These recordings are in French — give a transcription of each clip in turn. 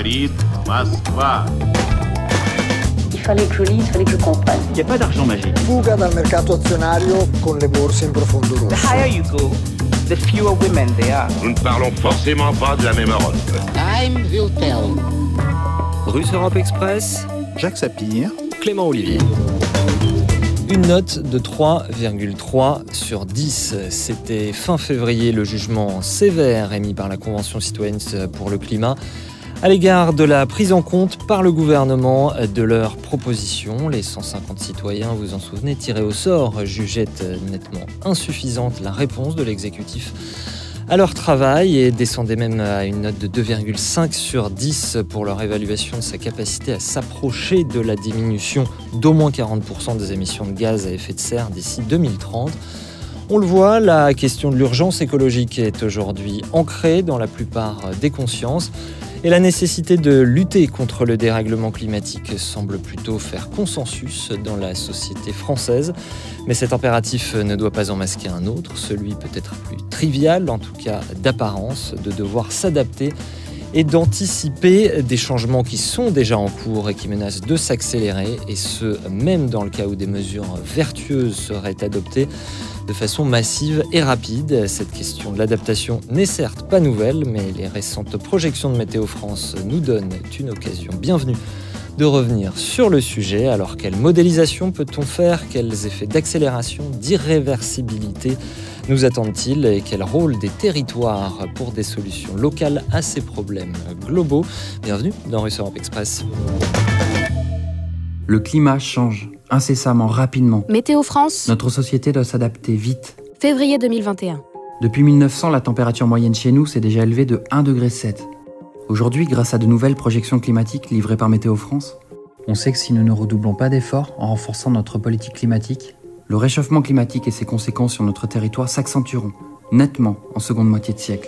Говорит Москва. Il fallait que je lise, il fallait que je comprenne. Il n'y a pas d'argent magique. Fuga dal mercato azionario con le borse in profondo rosso. The higher you go, the fewer women there are. Nous ne parlons forcément pas de la même Europe. Time will tell. Russe Europe Express, Jacques Sapir, Clément Olivier. Une note de 3,3 sur 10. C'était fin février le jugement sévère émis par la Convention citoyenne pour le climat à l'égard de la prise en compte par le gouvernement de leurs propositions. Les 150 citoyens, vous en souvenez, tirés au sort, jugeaient nettement insuffisante la réponse de l'exécutif à leur travail et descendaient même à une note de 2,5 sur 10 pour leur évaluation de sa capacité à s'approcher de la diminution d'au moins 40% des émissions de gaz à effet de serre d'ici 2030. On le voit, la question de l'urgence écologique est aujourd'hui ancrée dans la plupart des consciences. Et la nécessité de lutter contre le dérèglement climatique semble plutôt faire consensus dans la société française. Mais cet impératif ne doit pas en masquer un autre, celui peut-être plus trivial, en tout cas d'apparence, de devoir s'adapter et d'anticiper des changements qui sont déjà en cours et qui menacent de s'accélérer, et ce, même dans le cas où des mesures vertueuses seraient adoptées de façon massive et rapide. Cette question de l'adaptation n'est certes pas nouvelle, mais les récentes projections de Météo France nous donnent une occasion bienvenue de revenir sur le sujet. Alors, quelle modélisation peut-on faire ? Quels effets d'accélération, d'irréversibilité nous attendent-ils ? Et quel rôle des territoires pour des solutions locales à ces problèmes globaux ? Bienvenue dans Russe Europe Express. Le climat change incessamment, rapidement. Météo France. Notre société doit s'adapter vite. Février 2021. Depuis 1900, la température moyenne chez nous s'est déjà élevée de 1,7 degré. Aujourd'hui, grâce à de nouvelles projections climatiques livrées par Météo France, on sait que si nous ne redoublons pas d'efforts en renforçant notre politique climatique, le réchauffement climatique et ses conséquences sur notre territoire s'accentueront nettement en seconde moitié de siècle.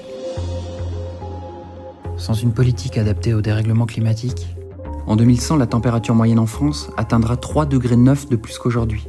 Sans une politique adaptée au dérèglement climatique, en 2100, la température moyenne en France atteindra 3,9 degrés de plus qu'aujourd'hui.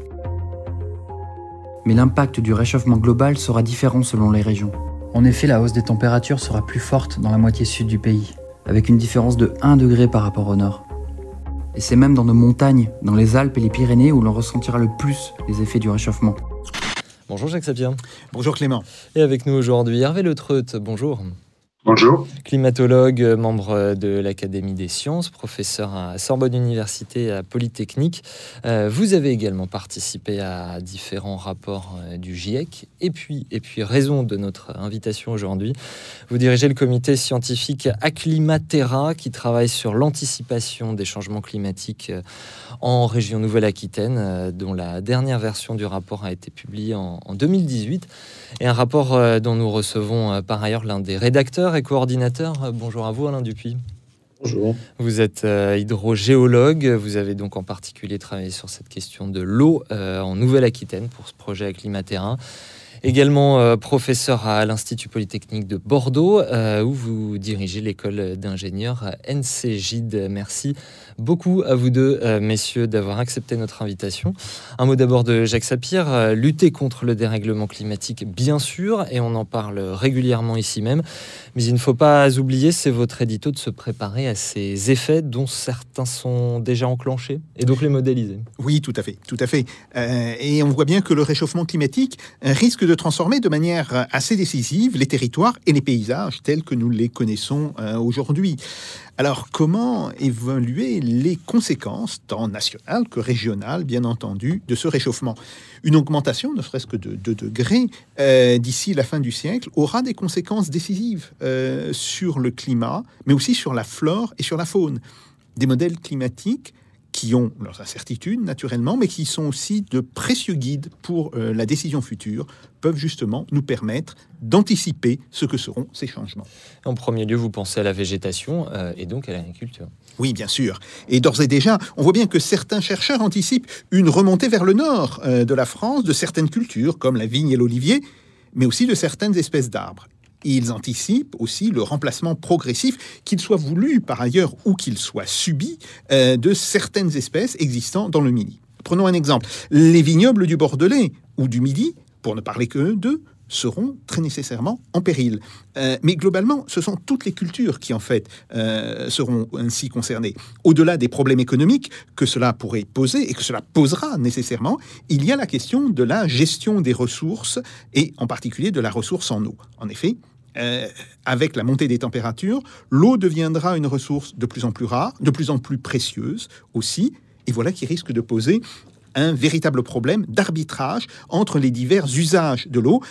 Mais l'impact du réchauffement global sera différent selon les régions. En effet, la hausse des températures sera plus forte dans la moitié sud du pays, avec une différence de 1 degré par rapport au nord. Et c'est même dans nos montagnes, dans les Alpes et les Pyrénées, où l'on ressentira le plus les effets du réchauffement. Bonjour Jacques Sapir. Bonjour Clément. Et avec nous aujourd'hui Hervé Le Treut, bonjour. Bonjour. Climatologue, membre de l'Académie des sciences, professeur à Sorbonne Université à Polytechnique. Vous avez également participé à différents rapports du GIEC. Et puis, raison de notre invitation aujourd'hui, vous dirigez le comité scientifique Acclimatera qui travaille sur l'anticipation des changements climatiques en région Nouvelle-Aquitaine, dont la dernière version du rapport a été publiée en 2018. Et un rapport dont nous recevons par ailleurs l'un des rédacteurs et coordinateur. Bonjour à vous Alain Dupuis. Bonjour. Vous êtes hydrogéologue, vous avez donc en particulier travaillé sur cette question de l'eau en Nouvelle-Aquitaine pour ce projet Acclimatera. Également professeur à l'Institut Polytechnique de Bordeaux, où vous dirigez l'école d'ingénieurs NCGID. Merci beaucoup à vous deux, messieurs, d'avoir accepté notre invitation. Un mot d'abord de Jacques Sapir. Lutter contre le dérèglement climatique, bien sûr, et on en parle régulièrement ici même. Mais il ne faut pas oublier, c'est votre édito, de se préparer à ces effets dont certains sont déjà enclenchés, et donc les modéliser. Oui, tout à fait. Et on voit bien que le réchauffement climatique risque de transformer de manière assez décisive les territoires et les paysages tels que nous les connaissons aujourd'hui. Alors, comment évaluer les conséquences, tant nationales que régionales, bien entendu, de ce réchauffement ? Une augmentation, ne serait-ce que de 2 degrés, d'ici la fin du siècle, aura des conséquences décisives sur le climat, mais aussi sur la flore et sur la faune. Des modèles climatiques qui ont leurs incertitudes, naturellement, mais qui sont aussi de précieux guides pour la décision future, peuvent justement nous permettre d'anticiper ce que seront ces changements. En premier lieu, vous pensez à la végétation et donc à l'agriculture. Oui, bien sûr. Et d'ores et déjà, on voit bien que certains chercheurs anticipent une remontée vers le nord de la France de certaines cultures, comme la vigne et l'olivier, mais aussi de certaines espèces d'arbres. Ils anticipent aussi le remplacement progressif, qu'il soit voulu par ailleurs ou qu'il soit subi, de certaines espèces existant dans le Midi. Prenons un exemple. Les vignobles du Bordelais ou du Midi, pour ne parler que d'eux, seront très nécessairement en péril. Mais globalement, ce sont toutes les cultures qui, en fait, seront ainsi concernées. Au-delà des problèmes économiques que cela pourrait poser et que cela posera nécessairement, il y a la question de la gestion des ressources et en particulier de la ressource en eau. En effet, avec la montée des températures, l'eau deviendra une ressource de plus en plus rare, de plus en plus précieuse aussi, et voilà qui risque de poser un véritable problème d'arbitrage entre les divers usages de l'eau,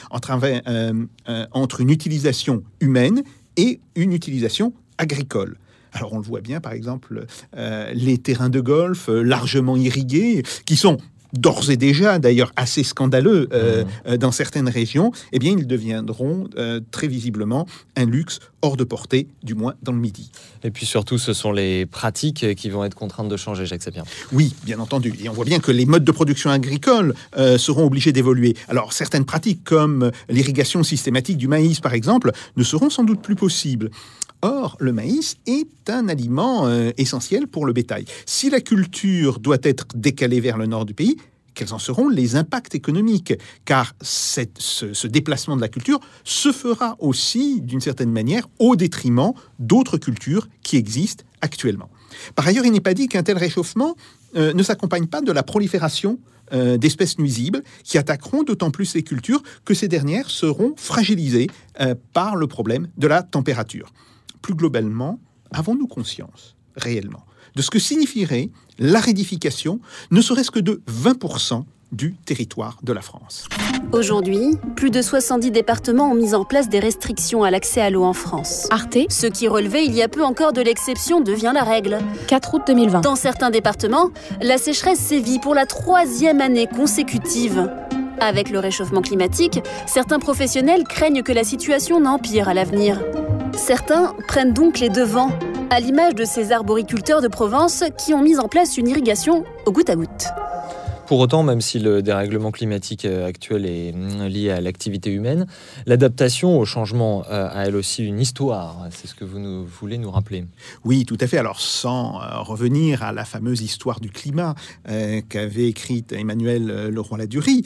entre une utilisation humaine et une utilisation agricole. Alors on le voit bien, par exemple, les terrains de golf largement irrigués, qui sont d'ores et déjà, d'ailleurs, assez scandaleux dans certaines régions, eh bien, ils deviendront très visiblement un luxe hors de portée, du moins dans le Midi. Et puis surtout, ce sont les pratiques qui vont être contraintes de changer, Jacques Sapien. Oui, bien entendu. Et on voit bien que les modes de production agricole seront obligés d'évoluer. Alors, certaines pratiques, comme l'irrigation systématique du maïs, par exemple, ne seront sans doute plus possibles. Or, le maïs est un aliment essentiel pour le bétail. Si la culture doit être décalée vers le nord du pays, quels en seront les impacts économiques ? Car ce déplacement de la culture se fera aussi, d'une certaine manière, au détriment d'autres cultures qui existent actuellement. Par ailleurs, il n'est pas dit qu'un tel réchauffement ne s'accompagne pas de la prolifération d'espèces nuisibles qui attaqueront d'autant plus les cultures que ces dernières seront fragilisées par le problème de la température. Plus globalement, avons-nous conscience, réellement, de ce que signifierait l'aridification, ne serait-ce que de 20% du territoire de la France. Aujourd'hui, plus de 70 départements ont mis en place des restrictions à l'accès à l'eau en France. Arte, ce qui relevait il y a peu encore de l'exception devient la règle. 4 août 2020. Dans certains départements, la sécheresse sévit pour la 3e année consécutive. Avec le réchauffement climatique, certains professionnels craignent que la situation n'empire à l'avenir. Certains prennent donc les devants, à l'image de ces arboriculteurs de Provence qui ont mis en place une irrigation au goutte à goutte. Pour autant, même si le dérèglement climatique actuel est lié à l'activité humaine, l'adaptation au changement a elle aussi une histoire. C'est ce que vous voulez nous rappeler. Oui, tout à fait. Alors, sans revenir à la fameuse histoire du climat qu'avait écrite Emmanuel Leroy-Ladurie,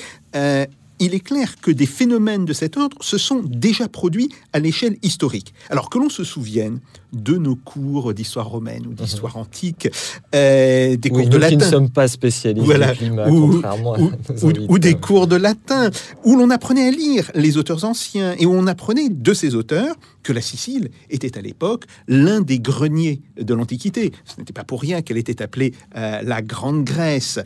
il est clair que des phénomènes de cet ordre se sont déjà produits à l'échelle historique. Alors que l'on se souvienne de nos cours d'histoire romaine ou d'histoire antique, des cours de latin. Nous qui ne sommes pas spécialistes du climat, contrairement à nos invités. Ou des cours de latin, où l'on apprenait à lire les auteurs anciens et où on apprenait de ces auteurs que la Sicile était à l'époque l'un des greniers de l'Antiquité. Ce n'était pas pour rien qu'elle était appelée la Grande Grèce.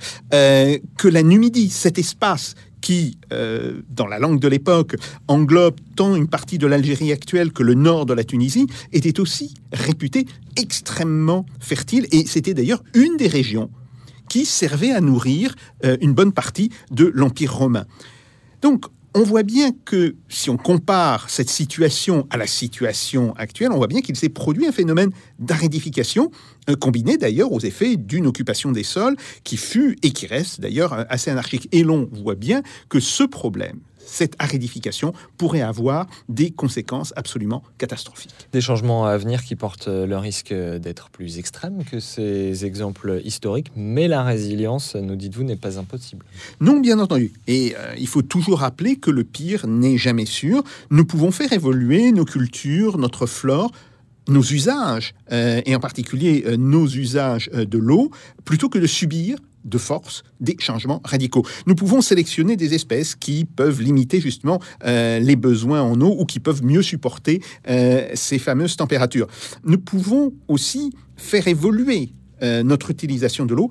Que la Numidie, cet espace qui, dans la langue de l'époque, englobe tant une partie de l'Algérie actuelle que le nord de la Tunisie, était aussi réputée extrêmement fertile. Et c'était d'ailleurs une des régions qui servait à nourrir une bonne partie de l'Empire romain. Donc, on voit bien que si on compare cette situation à la situation actuelle, on voit bien qu'il s'est produit un phénomène d'aridification, combiné d'ailleurs aux effets d'une occupation des sols qui fut et qui reste d'ailleurs assez anarchique. Et l'on voit bien que ce problème, cette aridification, pourrait avoir des conséquences absolument catastrophiques. Des changements à venir qui portent le risque d'être plus extrêmes que ces exemples historiques, mais la résilience, nous dites-vous, n'est pas impossible. Non, bien entendu. Et il faut toujours rappeler que le pire n'est jamais sûr. Nous pouvons faire évoluer nos cultures, notre flore, nos usages, et en particulier nos usages de l'eau, plutôt que de subir de force des changements radicaux. Nous pouvons sélectionner des espèces qui peuvent limiter justement les besoins en eau ou qui peuvent mieux supporter ces fameuses températures. Nous pouvons aussi faire évoluer notre utilisation de l'eau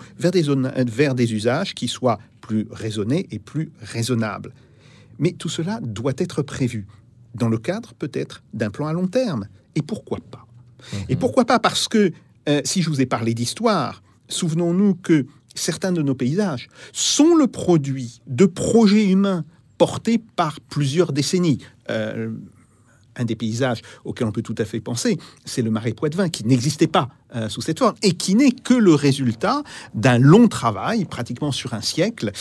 vers des usages qui soient plus raisonnés et plus raisonnables. Mais tout cela doit être prévu dans le cadre peut-être d'un plan à long terme. Et pourquoi pas ? Et pourquoi pas ? Parce que si je vous ai parlé d'histoire, souvenons-nous que certains de nos paysages sont le produit de projets humains portés par plusieurs décennies. Un des paysages auxquels on peut tout à fait penser, c'est le Marais Poitevin, qui n'existait pas sous cette forme et qui n'est que le résultat d'un long travail, pratiquement sur un siècle,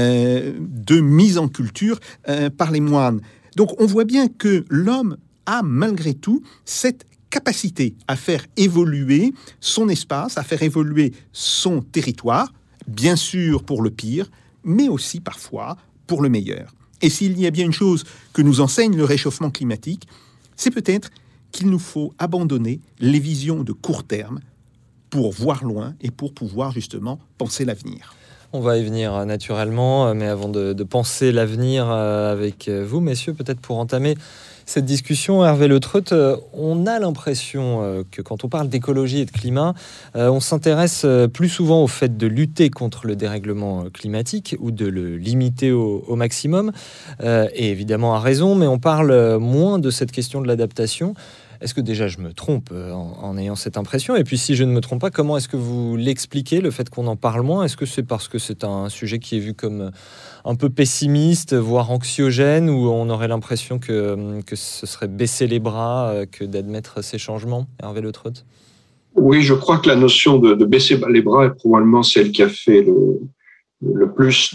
de mise en culture par les moines. Donc on voit bien que l'homme a malgré tout cette capacité à faire évoluer son espace, à faire évoluer son territoire, bien sûr pour le pire, mais aussi parfois pour le meilleur. Et s'il y a bien une chose que nous enseigne le réchauffement climatique, c'est peut-être qu'il nous faut abandonner les visions de court terme pour voir loin et pour pouvoir justement penser l'avenir. On va y venir naturellement, mais avant de penser l'avenir avec vous, messieurs, peut-être pour entamer cette discussion, Hervé Le Treut, on a l'impression que quand on parle d'écologie et de climat, on s'intéresse plus souvent au fait de lutter contre le dérèglement climatique ou de le limiter au maximum, et évidemment à raison, mais on parle moins de cette question de l'adaptation. Est-ce que déjà je me trompe en ayant cette impression ? Et puis si je ne me trompe pas, comment est-ce que vous l'expliquez, le fait qu'on en parle moins ? Est-ce que c'est parce que c'est un sujet qui est vu comme un peu pessimiste, voire anxiogène, où on aurait l'impression que ce serait baisser les bras que d'admettre ces changements ? Hervé Le Treut ? Oui, je crois que la notion de baisser les bras est probablement celle qui a fait le plus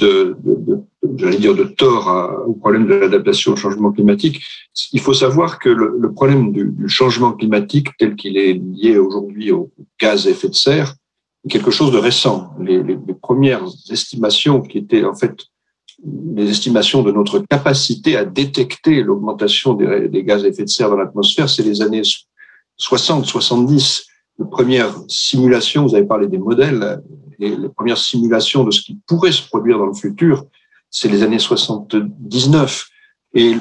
de tort au problème de l'adaptation au changement climatique. Il faut savoir que le problème du changement climatique tel qu'il est lié aujourd'hui aux gaz à effet de serre est quelque chose de récent. Les premières estimations qui étaient en fait les estimations de notre capacité à détecter l'augmentation des gaz à effet de serre dans l'atmosphère, c'est les années 60-70. Les premières simulations, vous avez parlé des modèles, et les premières simulations de ce qui pourrait se produire dans le futur, c'est les années 79. Et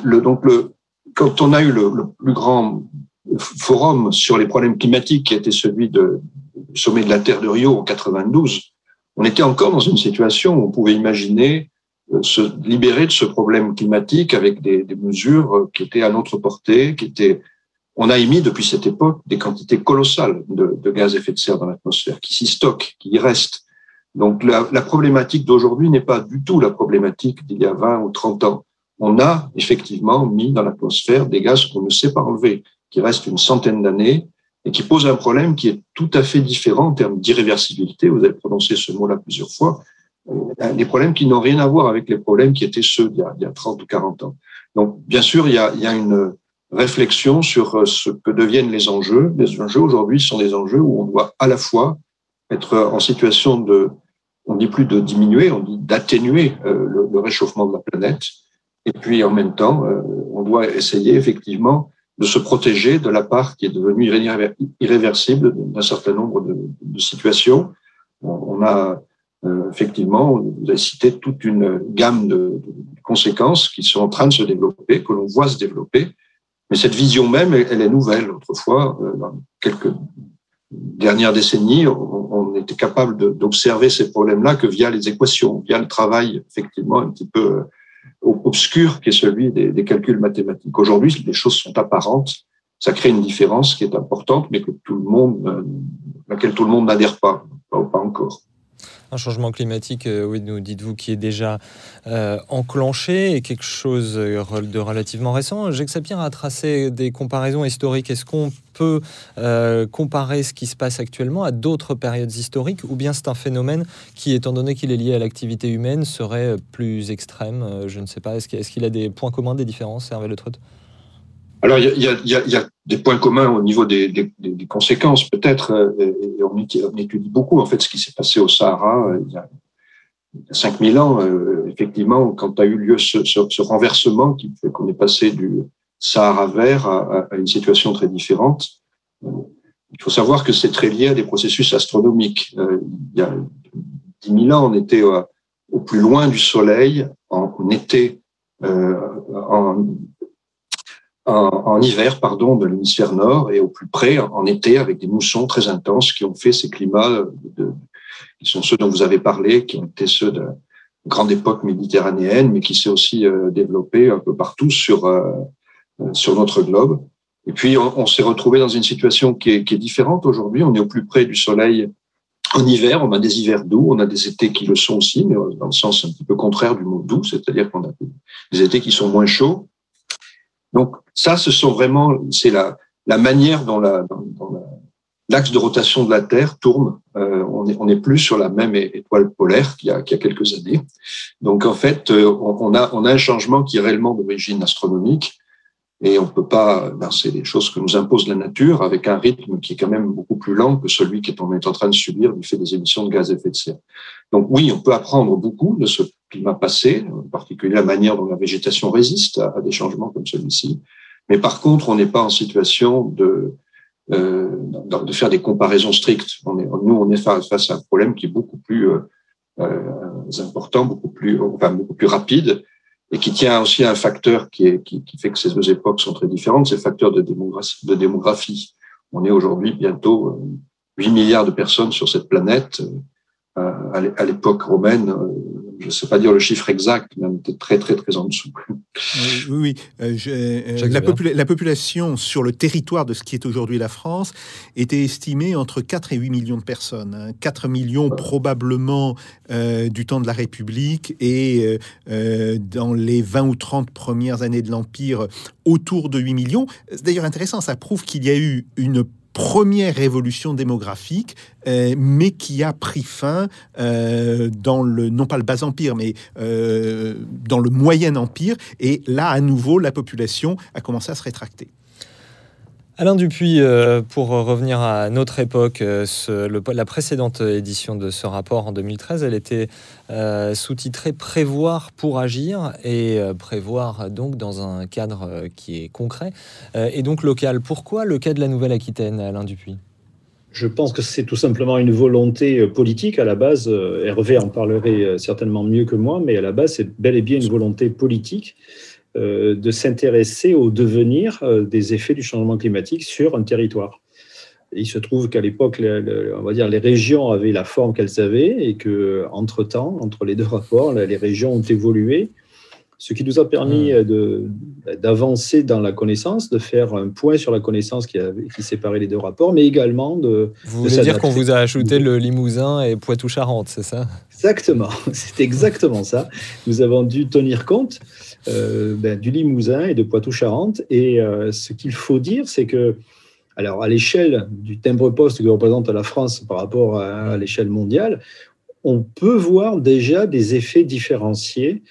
quand on a eu le plus grand forum sur les problèmes climatiques, qui était celui du sommet de la Terre de Rio en 92, on était encore dans une situation où on pouvait imaginer se libérer de ce problème climatique avec des mesures qui étaient à notre portée, on a émis depuis cette époque des quantités colossales de gaz à effet de serre dans l'atmosphère, qui s'y stockent, qui y restent. Donc la problématique d'aujourd'hui n'est pas du tout la problématique d'il y a 20 ou 30 ans. On a effectivement mis dans l'atmosphère des gaz qu'on ne sait pas enlever, qui restent une centaine d'années et qui posent un problème qui est tout à fait différent en termes d'irréversibilité. Vous avez prononcé ce mot-là plusieurs fois. Des problèmes qui n'ont rien à voir avec les problèmes qui étaient ceux d'il y a 30 ou 40 ans. Donc, bien sûr, il y a une réflexion sur ce que deviennent les enjeux. Les enjeux aujourd'hui sont des enjeux où on doit à la fois être en situation on dit plus de diminuer, on dit d'atténuer le réchauffement de la planète. Et puis, en même temps, on doit essayer effectivement de se protéger de la part qui est devenue irréversible d'un certain nombre de situations. On a effectivement, vous avez cité toute une gamme de conséquences qui sont en train de se développer, que l'on voit se développer. Mais cette vision même, elle est nouvelle. Autrefois, dans quelques dernières décennies, on était capable d'observer ces problèmes-là que via les équations, via le travail effectivement un petit peu obscur qui est celui des calculs mathématiques. Aujourd'hui, les choses sont apparentes. Ça crée une différence qui est importante, mais laquelle tout le monde n'adhère pas encore. Un changement climatique, oui, nous dites-vous, qui est déjà enclenché et quelque chose de relativement récent. Jacques Sapir a tracé des comparaisons historiques. Est-ce qu'on peut comparer ce qui se passe actuellement à d'autres périodes historiques, ou bien c'est un phénomène qui, étant donné qu'il est lié à l'activité humaine, serait plus extrême ? Je ne sais pas. Est-ce qu'il a des points communs, des différences, Hervé Le Treut ? Alors, il y a des points communs au niveau des conséquences, peut-être, et on étudie beaucoup, en fait, ce qui s'est passé au Sahara il y a 5000 ans. Effectivement, quand a eu lieu ce renversement qui fait qu'on est passé du Sahara vert à une situation très différente, il faut savoir que c'est très lié à des processus astronomiques. Il y a 10 000 ans, on était au plus loin du Soleil en été, en hiver, de l'hémisphère nord, et au plus près en été, avec des moussons très intenses qui ont fait ces climats qui sont ceux dont vous avez parlé, qui ont été ceux de la grande époque méditerranéenne, mais qui s'est aussi développé un peu partout sur notre globe. Et puis on s'est retrouvé dans une situation qui est différente aujourd'hui. On est au plus près du soleil en hiver. On a des hivers doux, on a des étés qui le sont aussi, mais dans le sens un petit peu contraire du mot doux, c'est-à-dire qu'on a des étés qui sont moins chauds. Donc ça, c'est la manière dont l'axe de rotation de la Terre tourne. On n'est plus sur la même étoile polaire qu'il y a quelques années. Donc en fait, on a un changement qui est réellement d'origine astronomique, et on peut pas. C'est des choses que nous impose la nature, avec un rythme qui est quand même beaucoup plus lent que celui qu'on est en train de subir du fait des émissions de gaz à effet de serre. Donc oui, on peut apprendre beaucoup de ce climat passé, en particulier la manière dont la végétation résiste à des changements comme celui-ci. Mais par contre, on n'est pas en situation de faire des comparaisons strictes. On est face à un problème qui est beaucoup plus important, beaucoup plus rapide, et qui tient aussi à un facteur qui fait que ces deux époques sont très différentes, c'est le facteur de démographie. On est aujourd'hui bientôt 8 milliards de personnes sur cette planète. À l'époque romaine, je ne sais pas dire le chiffre exact, mais on était très, très, très en dessous. Oui. La population sur le territoire de ce qui est aujourd'hui la France était estimée entre 4 et 8 millions de personnes. 4 millions probablement du temps de la République et dans les 20 ou 30 premières années de l'Empire, autour de 8 millions. C'est d'ailleurs intéressant, ça prouve qu'il y a eu une première révolution démographique, mais qui a pris fin dans non pas le bas empire, mais dans le moyen empire. Et là, à nouveau, la population a commencé à se rétracter. Alain Dupuis, pour revenir à notre époque, la précédente édition de ce rapport en 2013, elle était sous-titrée « Prévoir pour agir » et prévoir donc dans un cadre qui est concret et donc local. Pourquoi le cas de la Nouvelle-Aquitaine, Alain Dupuis ? Je pense que c'est tout simplement une volonté politique à la base. Hervé en parlerait certainement mieux que moi, mais à la base, c'est bel et bien une volonté politique de s'intéresser au devenir des effets du changement climatique sur un territoire. Et il se trouve qu'à l'époque, on va dire, les régions avaient la forme qu'elles avaient et qu'entre-temps, entre les deux rapports, les régions ont évolué, ce qui nous a permis d'avancer dans la connaissance, de faire un point sur la connaissance qui séparait les deux rapports, mais également de... Vous voulez dire qu'on vous a ajouté le Limousin et Poitou-Charentes, c'est ça ? Exactement, c'est exactement ça. Nous avons dû tenir compte du Limousin et de Poitou-Charentes. Et ce qu'il faut dire, c'est que, alors à l'échelle du timbre-poste que représente la France par rapport à l'échelle mondiale, on peut voir déjà des effets différenciés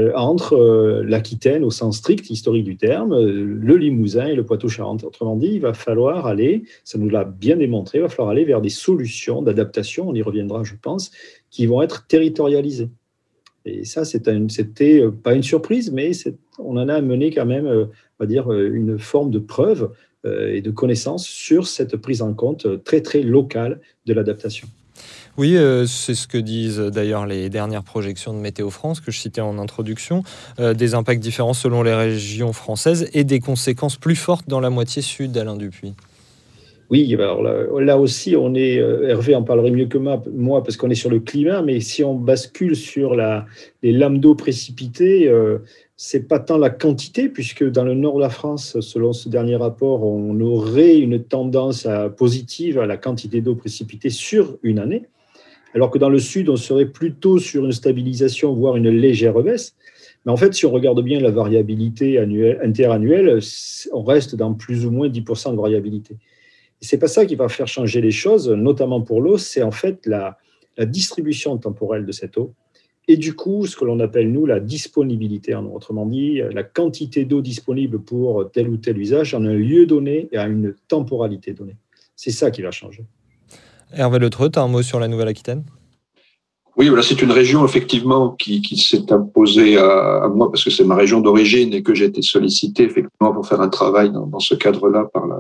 entre l'Aquitaine au sens strict historique du terme, le Limousin et le Poitou-Charentes. Autrement dit, il va falloir aller, ça nous l'a bien démontré, il va falloir aller vers des solutions d'adaptation, on y reviendra je pense, qui vont être territorialisées. Et ça, c'était pas une surprise, mais on en a amené quand même, on va dire, une forme de preuve et de connaissance sur cette prise en compte très, très locale de l'adaptation. Oui, c'est ce que disent d'ailleurs les dernières projections de Météo France que je citais en introduction, des impacts différents selon les régions françaises et des conséquences plus fortes dans la moitié sud, Alain Dupuis. Oui, alors là aussi, Hervé en parlerait mieux que moi parce qu'on est sur le climat, mais si on bascule sur les lames d'eau précipitées, c'est pas tant la quantité, puisque dans le nord de la France, selon ce dernier rapport, on aurait une tendance positive à la quantité d'eau précipitée sur une année, alors que dans le sud, on serait plutôt sur une stabilisation, voire une légère baisse. Mais en fait, si on regarde bien la variabilité interannuelle, on reste dans plus ou moins 10% de variabilité. Et c'est pas ça qui va faire changer les choses, notamment pour l'eau, c'est en fait la distribution temporelle de cette eau et du coup, ce que l'on appelle, nous, la disponibilité. Autrement dit, la quantité d'eau disponible pour tel ou tel usage en un lieu donné et à une temporalité donnée. C'est ça qui va changer. Hervé Le Treut, tu as un mot sur la Nouvelle-Aquitaine ? Oui, voilà, c'est une région effectivement qui s'est imposée à moi parce que c'est ma région d'origine et que j'ai été sollicité effectivement pour faire un travail dans ce cadre-là par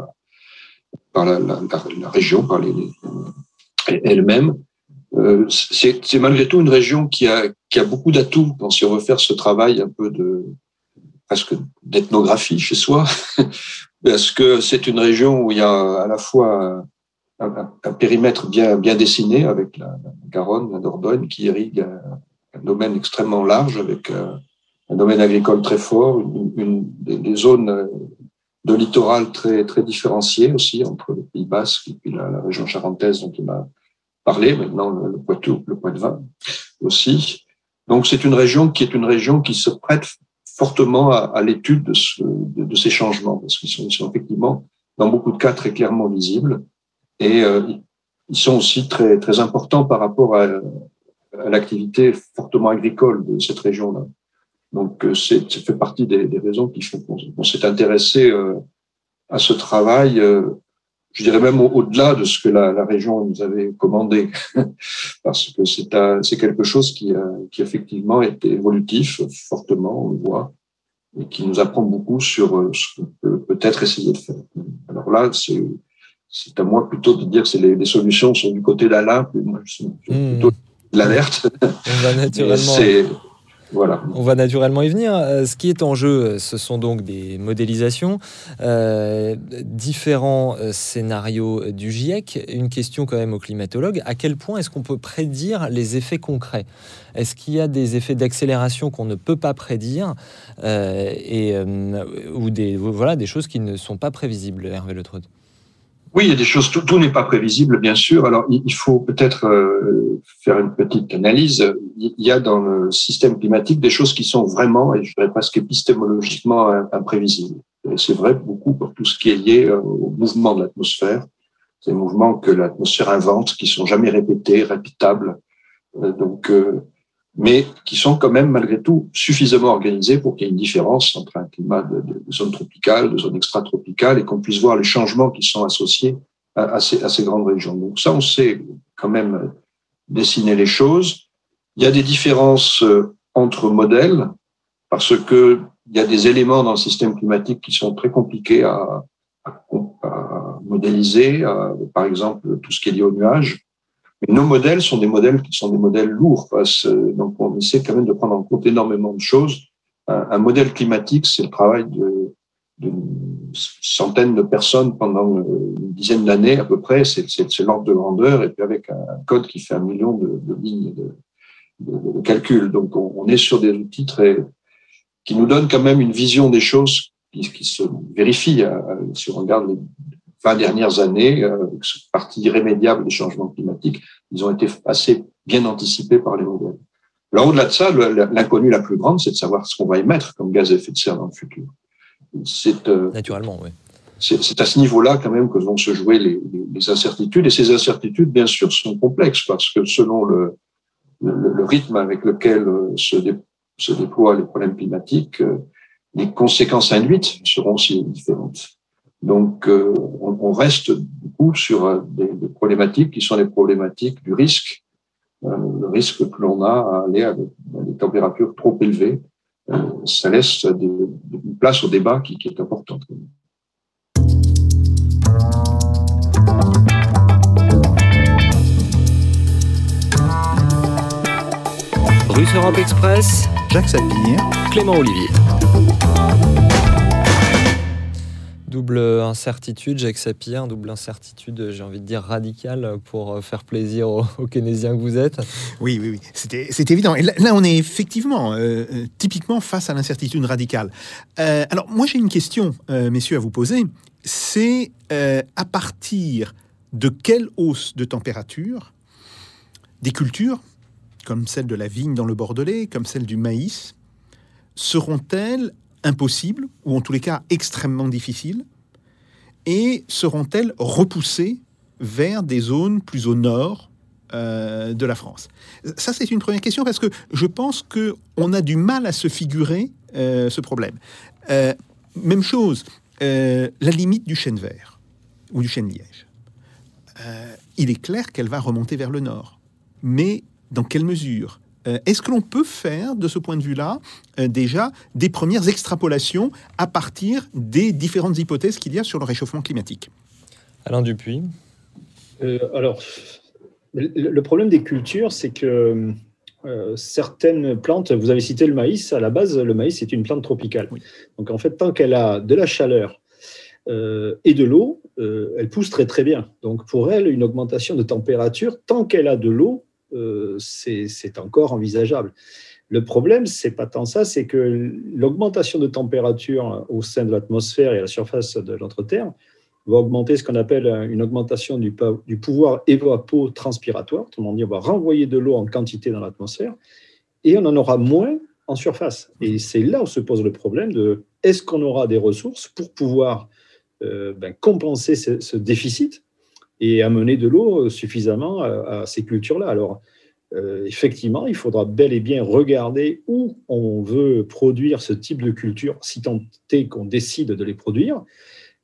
la région, par elle-même. C'est malgré tout une région qui a beaucoup d'atouts si on veut faire ce travail un peu presque d'ethnographie chez soi, parce que c'est une région où il y a à la fois un périmètre bien dessiné avec la Garonne, la Dordogne qui irrigue un domaine extrêmement large avec un domaine agricole très fort, des zones de littoral très, très différenciées aussi entre le Pays Basque et puis la région charentaise dont on a parlé, maintenant le Poitou, le Poitou-Vin aussi. Donc c'est une région qui se prête fortement à l'étude de ces changements parce qu'ils sont effectivement dans beaucoup de cas très clairement visibles et ils sont aussi très, très importants par rapport à l'activité fortement agricole de cette région-là. Donc, ça fait partie des raisons qui font qu'on s'est intéressé à ce travail je dirais même au-delà de ce que la région nous avait commandé, parce que c'est quelque chose qui effectivement est évolutif fortement, on le voit, et qui nous apprend beaucoup sur ce qu'on peut peut-être essayer de faire. Alors là, c'est à moi plutôt de dire que les solutions sont du côté d'Alain, moi je suis plutôt de l'alerte. On va naturellement... Voilà. On va naturellement y venir. Ce qui est en jeu, ce sont donc des modélisations, différents scénarios du GIEC. Une question quand même aux climatologues. À quel point est-ce qu'on peut prédire les effets concrets ? Est-ce qu'il y a des effets d'accélération qu'on ne peut pas prédire ou des choses qui ne sont pas prévisibles, Hervé Le Treut ? Oui, il y a des choses, tout n'est pas prévisible, bien sûr. Alors, il faut peut-être faire une petite analyse. Il y a dans le système climatique des choses qui sont vraiment, et je dirais presque épistémologiquement, imprévisibles. Et c'est vrai beaucoup pour tout ce qui est lié au mouvement de l'atmosphère. Ces mouvements que l'atmosphère invente, qui sont jamais répétés, répétables, mais qui sont quand même, malgré tout, suffisamment organisés pour qu'il y ait une différence entre un climat de zone tropicale, de zone extratropicale, et qu'on puisse voir les changements qui sont associés à ces grandes régions. Donc ça, on sait quand même dessiner les choses. Il y a des différences entre modèles, parce que il y a des éléments dans le système climatique qui sont très compliqués à modéliser, par exemple tout ce qui est lié aux nuages. Mais nos modèles sont des modèles qui sont des modèles lourds, donc on essaie quand même de prendre en compte énormément de choses. Un modèle climatique, c'est le travail d'une centaine de personnes pendant une dizaine d'années à peu près, c'est l'ordre de grandeur, et puis avec un code qui fait 1 million de lignes de calcul. Donc on est sur des outils qui nous donnent quand même une vision des choses qui se vérifient si on regarde les 20 dernières années, cette partie irrémédiable des changements climatiques, ils ont été assez bien anticipés par les modèles. Alors, au-delà de ça, l'inconnue la plus grande, c'est de savoir ce qu'on va émettre comme gaz à effet de serre dans le futur. Naturellement, oui. C'est à ce niveau-là, quand même, que vont se jouer les incertitudes. Et ces incertitudes, bien sûr, sont complexes, parce que selon le rythme avec lequel se déploient les problèmes climatiques, les conséquences induites seront aussi différentes. Donc, on reste beaucoup sur des problématiques qui sont les problématiques du risque, le risque que l'on a à aller à des températures trop élevées. Ça laisse une place au débat qui est importante. Russe Europe Express, Jacques Sapir, Clément Olivier. Double incertitude, Jacques Sapir, double incertitude, j'ai envie de dire radicale, pour faire plaisir aux Keynésiens que vous êtes. Oui, c'est évident. Et là, on est effectivement typiquement face à l'incertitude radicale. Alors, moi, j'ai une question, messieurs, à vous poser. C'est à partir de quelle hausse de température des cultures, comme celle de la vigne dans le Bordelais, comme celle du maïs, seront-elles impossibles, ou en tous les cas extrêmement difficiles, et seront-elles repoussées vers des zones plus au nord de la France ? Ça, c'est une première question, parce que je pense qu'on a du mal à se figurer ce problème. Même chose, la limite du chêne vert, ou du chêne liège. Il est clair qu'elle va remonter vers le nord. Mais dans quelle mesure ? Est-ce que l'on peut faire, de ce point de vue-là, déjà des premières extrapolations à partir des différentes hypothèses qu'il y a sur le réchauffement climatique ? Alain Dupuis. Alors, le problème des cultures, c'est que certaines plantes, vous avez cité le maïs, à la base, le maïs est une plante tropicale. Oui. Donc en fait, tant qu'elle a de la chaleur et de l'eau, elle pousse très très bien. Donc pour elle, une augmentation de température, tant qu'elle a de l'eau, c'est encore envisageable. Le problème, c'est pas tant ça, c'est que l'augmentation de température au sein de l'atmosphère et à la surface de notre Terre va augmenter ce qu'on appelle une augmentation du pouvoir évapotranspiratoire. Autrement dit, on va renvoyer de l'eau en quantité dans l'atmosphère et on en aura moins en surface. Et c'est là où se pose le problème de est-ce qu'on aura des ressources pour pouvoir compenser ce déficit et amener de l'eau suffisamment à ces cultures-là. Alors, effectivement, il faudra bel et bien regarder où on veut produire ce type de culture, si tant est qu'on décide de les produire.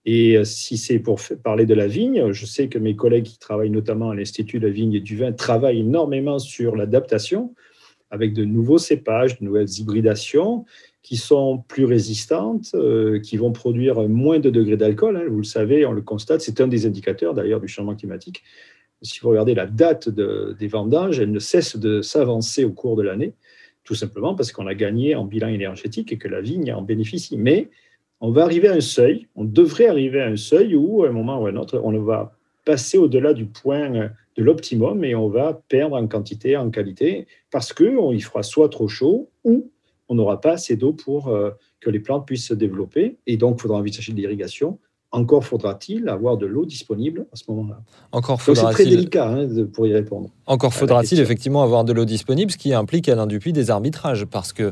Et si c'est pour parler de la vigne, je sais que mes collègues qui travaillent notamment à l'Institut de la vigne et du vin travaillent énormément sur l'adaptation avec de nouveaux cépages, de nouvelles hybridations qui sont plus résistantes, qui vont produire moins de degrés d'alcool. Vous le savez, on le constate, c'est un des indicateurs d'ailleurs du changement climatique. Si vous regardez la date des vendanges, elle ne cesse de s'avancer au cours de l'année, tout simplement parce qu'on a gagné en bilan énergétique et que la vigne en bénéficie. Mais on va arriver à un seuil, on devrait arriver à un seuil où, à un moment ou à un autre, on va passer au-delà du point de l'optimum et on va perdre en quantité, en qualité, parce qu'il fera soit trop chaud ou on n'aura pas assez d'eau pour que les plantes puissent se développer. Et donc, il faudra envisager de l'irrigation. Encore faudra-t-il avoir de l'eau disponible à ce moment-là. Donc c'est très délicat pour y répondre. Encore faudra-t-il effectivement avoir de l'eau disponible, ce qui implique, Alain Dupuis, des arbitrages. Parce que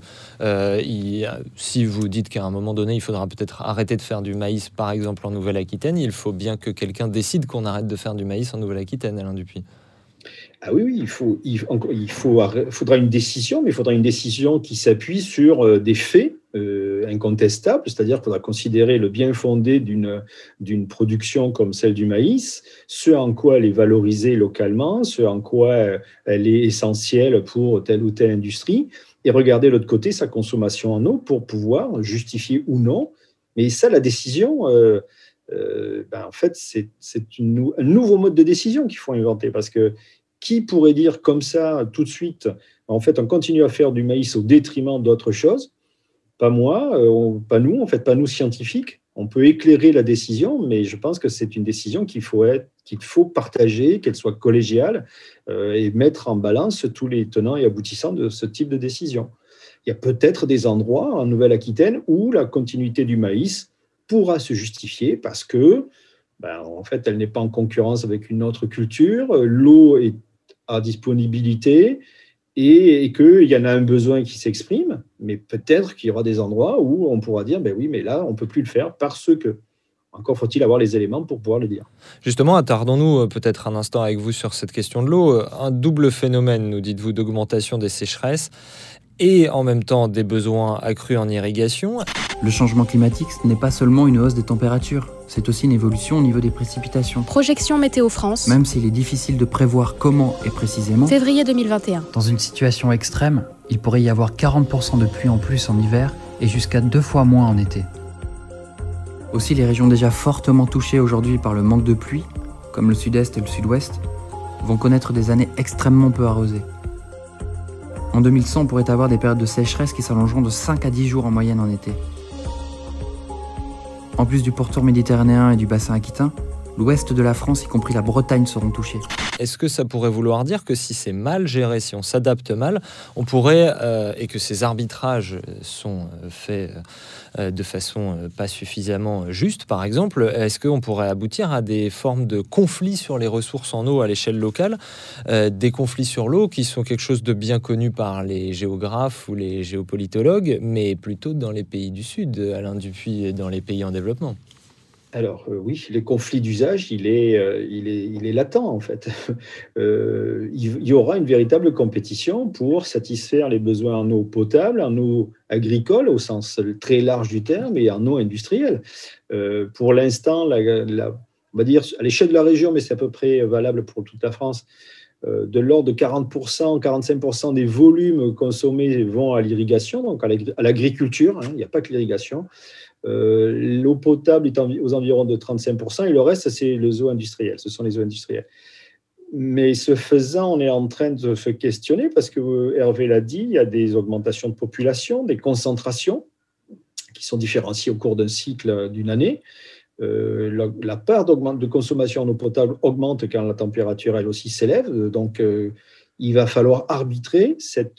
si vous dites qu'à un moment donné, il faudra peut-être arrêter de faire du maïs, par exemple, en Nouvelle-Aquitaine, il faut bien que quelqu'un décide qu'on arrête de faire du maïs en Nouvelle-Aquitaine, Alain Dupuis. Ah oui, il faudra une décision, mais il faudra une décision qui s'appuie sur des faits incontestables, c'est-à-dire qu'il faudra considérer le bien fondé d'une production comme celle du maïs, ce en quoi elle est valorisée localement, ce en quoi elle est essentielle pour telle ou telle industrie, et regarder de l'autre côté sa consommation en eau pour pouvoir justifier ou non. Mais ça, la décision, en fait, c'est un nouveau mode de décision qu'il faut inventer, parce que qui pourrait dire comme ça tout de suite, en fait, on continue à faire du maïs au détriment d'autres choses? Pas moi, pas nous, en fait, pas nous scientifiques. On peut éclairer la décision, mais je pense que c'est une décision qu'il faut partager, qu'elle soit collégiale et mettre en balance tous les tenants et aboutissants de ce type de décision. Il y a peut-être des endroits en Nouvelle-Aquitaine où la continuité du maïs pourra se justifier parce que, en fait, elle n'est pas en concurrence avec une autre culture, l'eau est à disponibilité et qu'il y en a un besoin qui s'exprime, mais peut-être qu'il y aura des endroits où on pourra dire oui, mais là, on ne peut plus le faire parce que. Encore faut-il avoir les éléments pour pouvoir le dire. Justement, attardons-nous peut-être un instant avec vous sur cette question de l'eau. Un double phénomène, nous dites-vous, d'augmentation des sécheresses et en même temps des besoins accrus en irrigation. Le changement climatique, ce n'est pas seulement une hausse des températures, c'est aussi une évolution au niveau des précipitations. Projection Météo France. Même s'il est difficile de prévoir comment et précisément. Février 2021. Dans une situation extrême, il pourrait y avoir 40% de pluie en plus en hiver et jusqu'à 2 fois moins en été. Aussi, les régions déjà fortement touchées aujourd'hui par le manque de pluie, comme le sud-est et le sud-ouest, vont connaître des années extrêmement peu arrosées. En 2100, on pourrait avoir des périodes de sécheresse qui s'allongeront de 5 à 10 jours en moyenne en été. En plus du pourtour méditerranéen et du bassin aquitain, l'ouest de la France, y compris la Bretagne, seront touchés. Est-ce que ça pourrait vouloir dire que si c'est mal géré, si on s'adapte mal, on pourrait, et que ces arbitrages sont faits de façon pas suffisamment juste, par exemple, est-ce qu'on pourrait aboutir à des formes de conflits sur les ressources en eau à l'échelle locale, des conflits sur l'eau qui sont quelque chose de bien connu par les géographes ou les géopolitologues, mais plutôt dans les pays du Sud, Alain Dupuis, dans les pays en développement? Alors oui, le conflit d'usage, il est latent en fait. Il y aura une véritable compétition pour satisfaire les besoins en eau potable, en eau agricole au sens très large du terme et en eau industrielle. Pour l'instant, on va dire à l'échelle de la région, mais c'est à peu près valable pour toute la France, de l'ordre de 40%, 45% des volumes consommés vont à l'irrigation, donc à l'agriculture, il n'y a pas que l'irrigation. L'eau potable est aux environs de 35% et le reste, c'est les eaux industrielles. Ce sont les eaux industrielles. Mais ce faisant, on est en train de se questionner parce que Hervé l'a dit, il y a des augmentations de population, des concentrations qui sont différenciées au cours d'un cycle d'une année. La part de consommation en eau potable augmente quand la température, elle aussi, s'élève. Donc, il va falloir arbitrer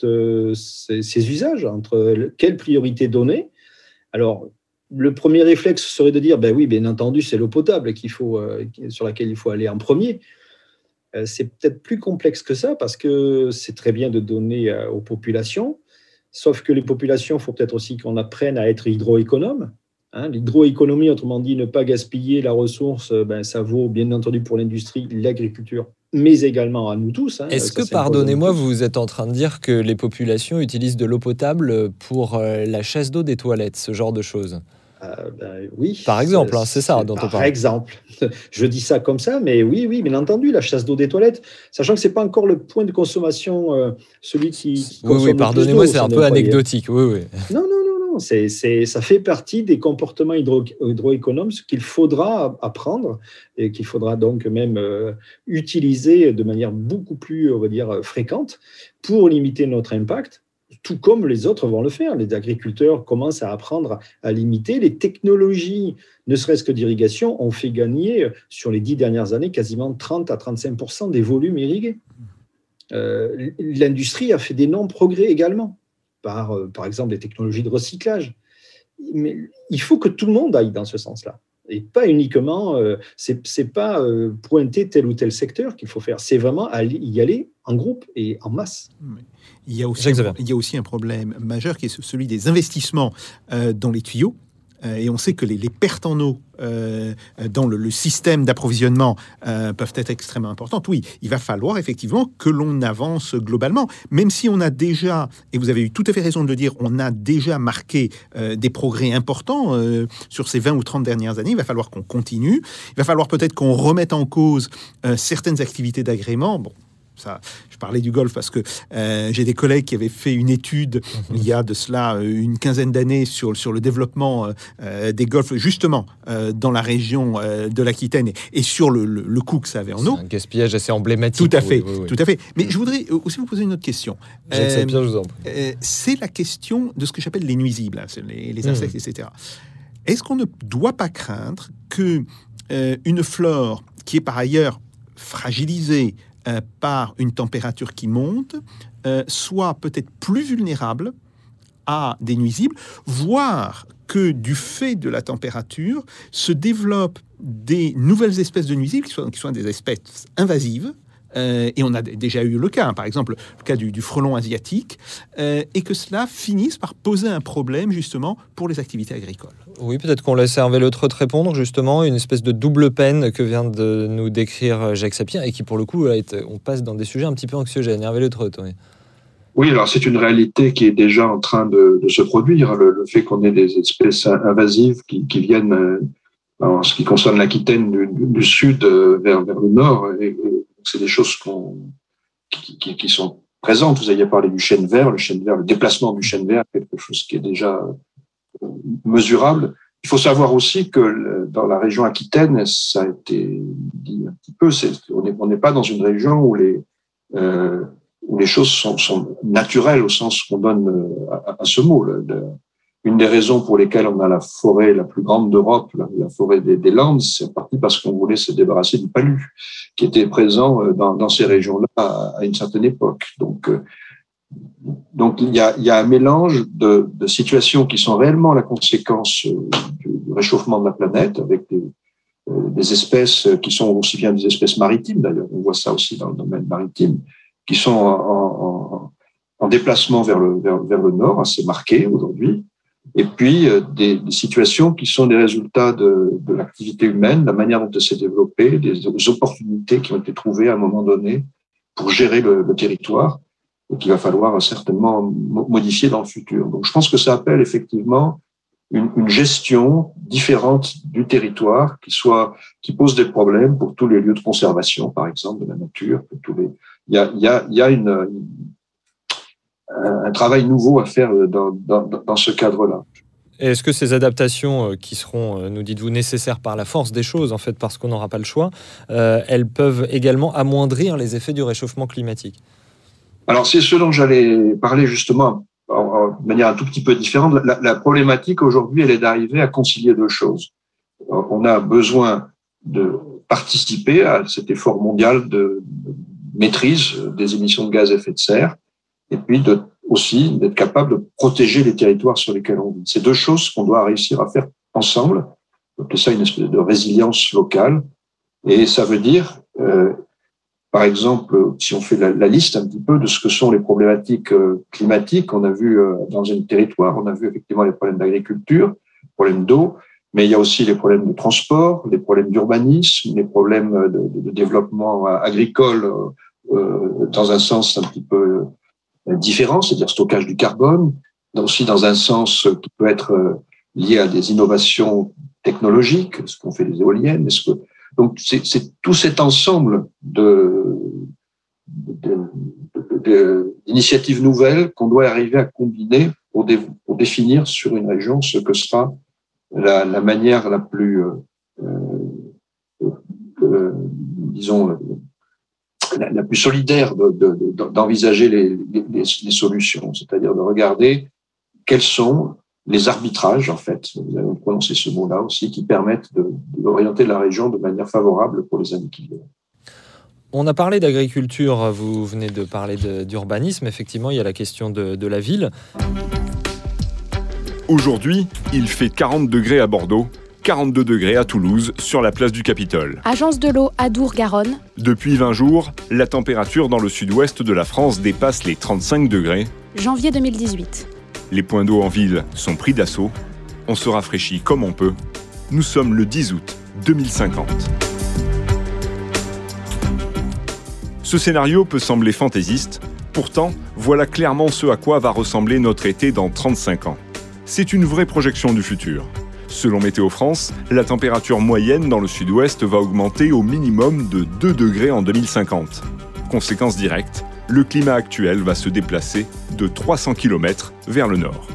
ces usages entre quelle priorité donner. Alors, le premier réflexe serait de dire, oui, bien entendu, c'est l'eau potable sur laquelle il faut aller en premier. C'est peut-être plus complexe que ça parce que c'est très bien de donner aux populations, sauf que les populations, il faut peut-être aussi qu'on apprenne à être hydroéconomes. L'hydroéconomie, autrement dit, ne pas gaspiller la ressource, ça vaut bien entendu pour l'industrie, l'agriculture, mais également à nous tous. Est-ce que, pardonnez-moi, vous êtes en train de dire que les populations utilisent de l'eau potable pour la chasse d'eau des toilettes, ce genre de choses ? Oui. Par exemple, c'est ça dont on parle. Par exemple. Je dis ça comme ça, mais oui, bien entendu, la chasse d'eau des toilettes, sachant que ce n'est pas encore le point de consommation, celui qui consomme Oui, pardonnez-moi, c'est un peu anecdotique. Oui. Non. Ça fait partie des comportements hydroéconomes qu'il faudra apprendre et qu'il faudra donc même utiliser de manière beaucoup plus, on va dire, fréquente pour limiter notre impact, tout comme les autres vont le faire. Les agriculteurs commencent à apprendre à limiter. Les technologies, ne serait-ce que d'irrigation, ont fait gagner sur les 10 dernières années quasiment 30 à 35% des volumes irrigués. L'industrie a fait d'énormes progrès également. Par exemple, des technologies de recyclage. Mais il faut que tout le monde aille dans ce sens-là. Et pas uniquement, c'est pas pointer tel ou tel secteur qu'il faut faire. C'est vraiment y aller en groupe et en masse. Il y a aussi un problème majeur qui est celui des investissements dans les tuyaux. Et on sait que les pertes en eau dans le système d'approvisionnement peuvent être extrêmement importantes. Oui, il va falloir effectivement que l'on avance globalement, même si on a déjà, et vous avez eu tout à fait raison de le dire, on a déjà marqué des progrès importants sur ces 20 ou 30 dernières années. Il va falloir qu'on continue. Il va falloir peut-être qu'on remette en cause certaines activités d'agrément. Bon. Ça, je parlais du golf parce que j'ai des collègues qui avaient fait une étude il y a de cela une quinzaine d'années sur le développement des golfs justement dans la région de l'Aquitaine et sur le coût que ça avait en eau. C'est un gaspillage assez emblématique. Tout à fait, tout à fait. Mais je voudrais aussi vous poser une autre question. Je vous en prie. C'est la question de ce que j'appelle les nuisibles, hein, les insectes, etc. Est-ce qu'on ne doit pas craindre que une flore qui est par ailleurs fragilisée par une température qui monte, soit peut-être plus vulnérable à des nuisibles, voire que du fait de la température se développent des nouvelles espèces de nuisibles qui soient des espèces invasives. Et on a déjà eu le cas, par exemple le cas du frelon asiatique, et que cela finisse par poser un problème justement pour les activités agricoles. Oui, peut-être qu'on laisse Hervé Le Treut répondre justement, une espèce de double peine que vient de nous décrire Jacques Sapir, et qui pour le coup, on passe dans des sujets un petit peu anxiogènes. Hervé Le Treut, oui. Oui, alors c'est une réalité qui est déjà en train de se produire, le fait qu'on ait des espèces invasives qui viennent, en ce qui concerne l'Aquitaine, du sud vers le nord, et c'est des choses qui sont présentes. Vous aviez parlé du chêne vert, le déplacement du chêne vert, quelque chose qui est déjà mesurable. Il faut savoir aussi que dans la région Aquitaine, ça a été dit un petit peu, on n'est pas dans une région où les choses sont naturelles au sens qu'on donne à ce mot. Une des raisons pour lesquelles on a la forêt la plus grande d'Europe, la forêt des Landes, c'est en partie parce qu'on voulait se débarrasser du palu, qui était présent dans ces régions-là à une certaine époque. Donc il y a un mélange de situations qui sont réellement la conséquence du réchauffement de la planète, avec des espèces qui sont aussi bien des espèces maritimes, d'ailleurs, on voit ça aussi dans le domaine maritime, qui sont en déplacement vers le nord, assez marqué aujourd'hui. Et puis des situations qui sont des résultats de l'activité humaine, la manière dont elle s'est développée, des opportunités qui ont été trouvées à un moment donné pour gérer le territoire et qu'il va falloir certainement modifier dans le futur. Donc je pense que ça appelle effectivement une gestion différente du territoire qui pose des problèmes pour tous les lieux de conservation, par exemple, de la nature. Il y a un travail nouveau à faire dans ce cadre-là. Est-ce que ces adaptations qui seront, nous dites-vous, nécessaires par la force des choses, en fait, parce qu'on n'aura pas le choix, elles peuvent également amoindrir les effets du réchauffement climatique? Alors, c'est ce dont j'allais parler justement de manière un tout petit peu différente. La problématique aujourd'hui, elle est d'arriver à concilier deux choses. On a besoin de participer à cet effort mondial de maîtrise des émissions de gaz à effet de serre, et puis aussi d'être capable de protéger les territoires sur lesquels on vit. C'est deux choses qu'on doit réussir à faire ensemble. On appelle ça une espèce de résilience locale. Et ça veut dire, par exemple, si on fait la liste un petit peu de ce que sont les problématiques climatiques, on a vu dans un territoire, on a vu effectivement les problèmes d'agriculture, les problèmes d'eau, mais il y a aussi les problèmes de transport, les problèmes d'urbanisme, les problèmes de développement agricole dans un sens un petit peu différent, c'est-à-dire stockage du carbone, aussi dans un sens qui peut être liées à des innovations technologiques, ce qu'on fait des éoliennes. Donc, c'est tout cet ensemble d'initiatives nouvelles qu'on doit arriver à combiner pour définir sur une région ce que sera la manière la plus, disons, la plus solidaire d'envisager les solutions, c'est-à-dire de regarder quels sont les arbitrages, en fait, vous avez prononcé ce mot-là aussi, qui permettent d'orienter la région de manière favorable pour les années qui viennent. On a parlé d'agriculture, vous venez de parler d'urbanisme, effectivement, il y a la question de la ville. Aujourd'hui, il fait 40 degrés à Bordeaux, 42 degrés à Toulouse, sur la place du Capitole. Agence de l'eau Adour-Garonne. Depuis 20 jours, la température dans le sud-ouest de la France dépasse les 35 degrés. Janvier 2018. Les points d'eau en ville sont pris d'assaut. On se rafraîchit comme on peut. Nous sommes le 10 août 2050. Ce scénario peut sembler fantaisiste. Pourtant, voilà clairement ce à quoi va ressembler notre été dans 35 ans. C'est une vraie projection du futur. Selon Météo France, la température moyenne dans le sud-ouest va augmenter au minimum de 2 degrés en 2050. Conséquence directe, le climat actuel va se déplacer de 300 km vers le nord.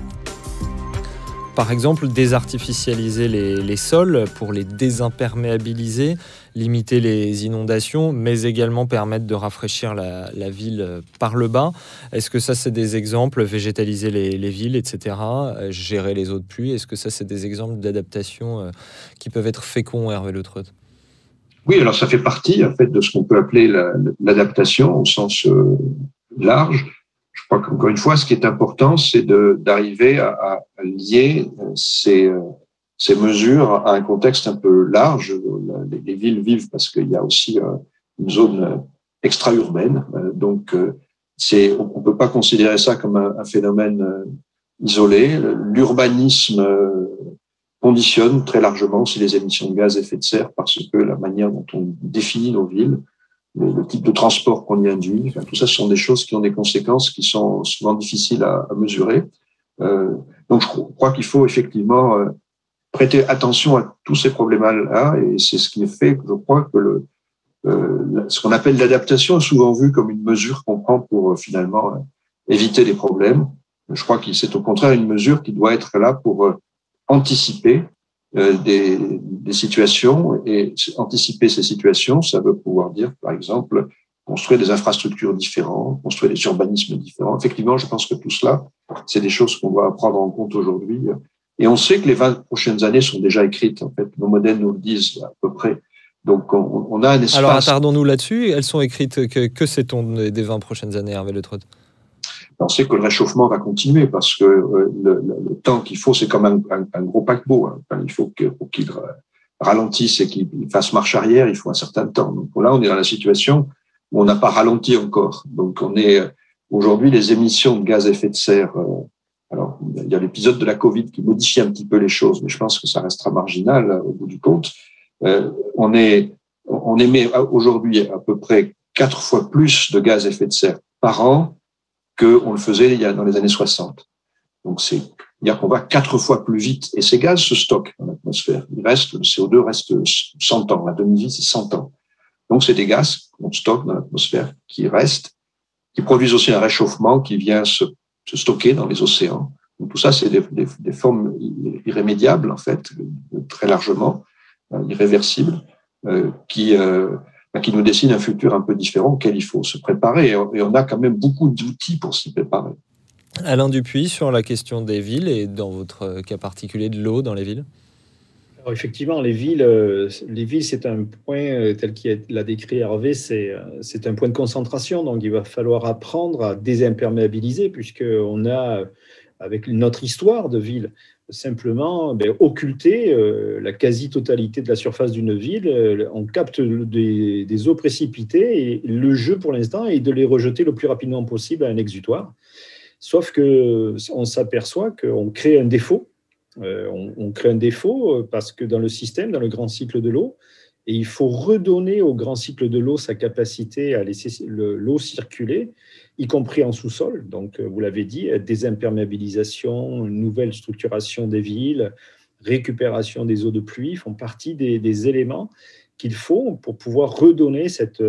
Par exemple, désartificialiser les sols pour les désimperméabiliser, limiter les inondations, mais également permettre de rafraîchir la ville par le bas. Est-ce que ça, c'est des exemples, végétaliser les villes, etc., gérer les eaux de pluie? Est-ce que ça, c'est des exemples d'adaptation qui peuvent être féconds, Hervé Le Treut? Oui, alors ça fait partie, en fait, de ce qu'on peut appeler l'adaptation au sens large. Je crois qu'encore une fois, ce qui est important, c'est d'arriver à lier ces mesures à un contexte un peu large. Les villes vivent parce qu'il y a aussi une zone extra-urbaine. Donc, on ne peut pas considérer ça comme un phénomène isolé. L'urbanisme conditionne très largement aussi les émissions de gaz à effet de serre parce que la manière dont on définit nos villes, le type de transport qu'on y induit, enfin, tout ça, ce sont des choses qui ont des conséquences qui sont souvent difficiles à mesurer. Donc, je crois qu'il faut effectivement prêter attention à tous ces problèmes-là, et c'est ce qui fait que je crois que ce qu'on appelle l'adaptation est souvent vu comme une mesure qu'on prend pour finalement éviter les problèmes. Je crois que c'est au contraire une mesure qui doit être là pour anticiper des situations, et anticiper ces situations, ça veut pouvoir dire, par exemple, construire des infrastructures différentes, construire des urbanismes différents. Effectivement, je pense que tout cela, c'est des choses qu'on doit prendre en compte aujourd'hui. Et on sait que les 20 prochaines années sont déjà écrites. En fait, nos modèles nous le disent à peu près. Donc, on a un espace. Alors, attardons-nous là-dessus. Elles sont écrites. Que sait-on des 20 prochaines années, Hervé Le Treut? On sait que le réchauffement va continuer parce que le temps qu'il faut, c'est comme un gros paquebot. Enfin, il faut qu'il ralentisse et qu'il fasse marche arrière, il faut un certain temps. Donc là, on est dans la situation où on n'a pas ralenti encore. Donc aujourd'hui, les émissions de gaz à effet de serre. Alors, il y a l'épisode de la Covid qui modifie un petit peu les choses, mais je pense que ça restera marginal au bout du compte. On émet aujourd'hui à peu près 4 fois plus de gaz à effet de serre par an qu'on le faisait dans les années 60. Donc, c'est-à-dire qu'on va 4 fois plus vite. Et ces gaz se stockent dans l'atmosphère. Le CO2 reste 100 ans. La demi-vie, c'est 100 ans. Donc, c'est des gaz qu'on stocke dans l'atmosphère qui restent, qui produisent aussi un réchauffement qui vient se stocker dans les océans. Donc, tout ça, c'est des formes irrémédiables, en fait, très largement, irréversibles, qui nous dessine un futur un peu différent auquel il faut se préparer. Et on a quand même beaucoup d'outils pour s'y préparer. Alain Dupuis, sur la question des villes et dans votre cas particulier de l'eau dans les villes. Alors effectivement, les villes, c'est un point, tel qu'il l'a décrit Hervé, c'est un point de concentration. Donc, il va falloir apprendre à désimperméabiliser, puisqu'on a, avec notre histoire de ville, simplement occulter la quasi-totalité de la surface d'une ville. On capte des eaux précipitées et le jeu, pour l'instant, est de les rejeter le plus rapidement possible à un exutoire. Sauf qu'on s'aperçoit qu'on crée un défaut. On crée un défaut parce que dans le système, dans le grand cycle de l'eau, Et il faut redonner au grand cycle de l'eau sa capacité à laisser l'eau circuler, y compris en sous-sol. Donc, vous l'avez dit, désimperméabilisation, nouvelle structuration des villes, récupération des eaux de pluie font partie des éléments qu'il faut pour pouvoir redonner cette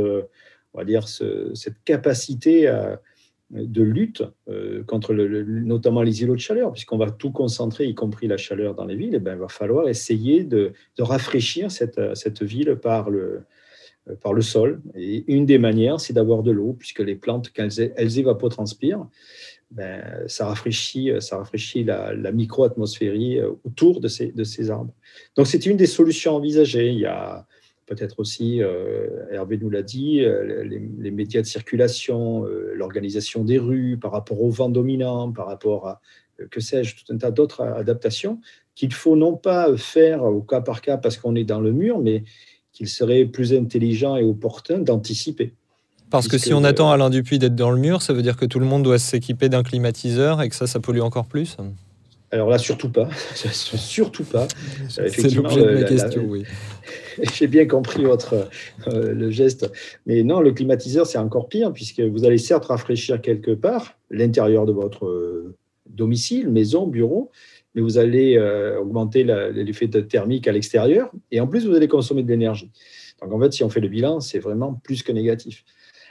capacité de lutte contre notamment les îlots de chaleur, puisqu'on va tout concentrer, y compris la chaleur dans les villes. Il va falloir essayer de rafraîchir cette ville par le sol. Et une des manières, c'est d'avoir de l'eau, puisque les plantes, quand elles évapotranspirent, ça rafraîchit la micro-atmosphérie autour de ces arbres. Donc, c'est une des solutions envisagées. Il y a peut-être aussi, Hervé nous l'a dit, les médias de circulation, l'organisation des rues par rapport au vent dominant, par rapport à, que sais-je, tout un tas d'autres adaptations qu'il faut non pas faire au cas par cas parce qu'on est dans le mur, mais qu'il serait plus intelligent et opportun d'anticiper. Parce que si on attend Alain Dupuis d'être dans le mur, ça veut dire que tout le monde doit s'équiper d'un climatiseur et que ça pollue encore plus ? Alors là, surtout pas. Surtout pas. C'est l'objet de ma question, oui. J'ai bien compris le geste. Mais non, le climatiseur, c'est encore pire, puisque vous allez certes rafraîchir quelque part l'intérieur de votre domicile, maison, bureau, mais vous allez augmenter l'effet thermique à l'extérieur, et en plus, vous allez consommer de l'énergie. Donc en fait, si on fait le bilan, c'est vraiment plus que négatif.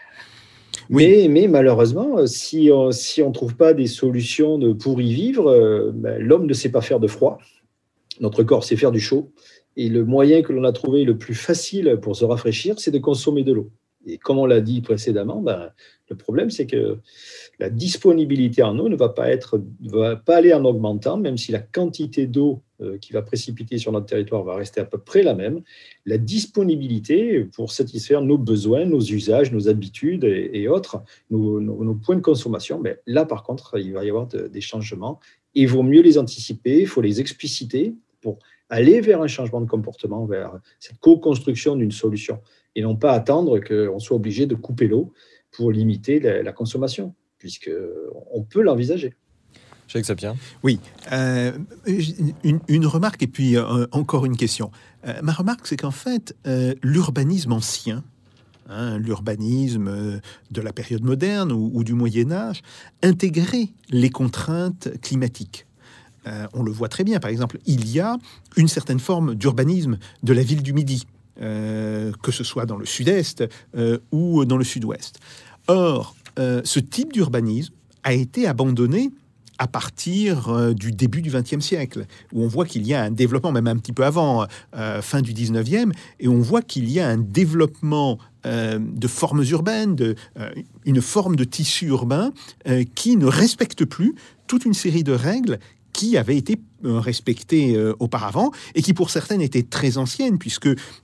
Oui. Mais malheureusement, si on ne trouve pas des solutions pour y vivre, l'homme ne sait pas faire de froid. Notre corps sait faire du chaud. Et le moyen que l'on a trouvé le plus facile pour se rafraîchir, c'est de consommer de l'eau. Et comme on l'a dit précédemment, le problème, c'est que la disponibilité en eau ne va pas aller en augmentant, même si la quantité d'eau qui va précipiter sur notre territoire va rester à peu près la même. La disponibilité pour satisfaire nos besoins, nos usages, nos habitudes et autres, nos points de consommation, là, par contre, il va y avoir des changements. Et il vaut mieux les anticiper, il faut les expliciter pour aller vers un changement de comportement, vers cette co-construction d'une solution, et non pas attendre qu'on soit obligé de couper l'eau pour limiter la consommation, puisqu'on peut l'envisager. Jacques Sapien. Oui, une remarque et puis encore une question. Ma remarque, c'est qu'en fait, l'urbanisme ancien, l'urbanisme de la période moderne ou du Moyen-Âge, intégrait les contraintes climatiques. On le voit très bien, par exemple, il y a une certaine forme d'urbanisme de la ville du Midi, que ce soit dans le sud-est ou dans le sud-ouest. Or, ce type d'urbanisme a été abandonné à partir du début du XXe siècle, où on voit qu'il y a un développement, même un petit peu avant, fin du XIXe, et on voit qu'il y a un développement de formes urbaines, une forme de tissu urbain qui ne respecte plus toute une série de règles qui avaient été respectées auparavant et qui pour certaines étaient très anciennes, puisque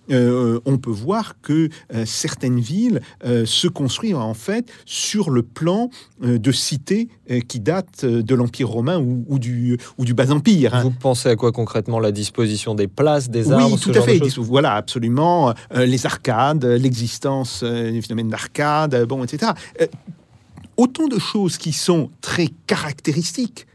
on peut voir que certaines villes se construisent en fait sur le plan de cités qui datent de l'Empire romain ou du Bas-Empire. Vous pensez à quoi concrètement? La disposition des places, des arbres? Oui, tout à fait. Voilà, absolument. Les arcades, l'existence du phénomène d'arcade, etc. Autant de choses qui sont très caractéristiques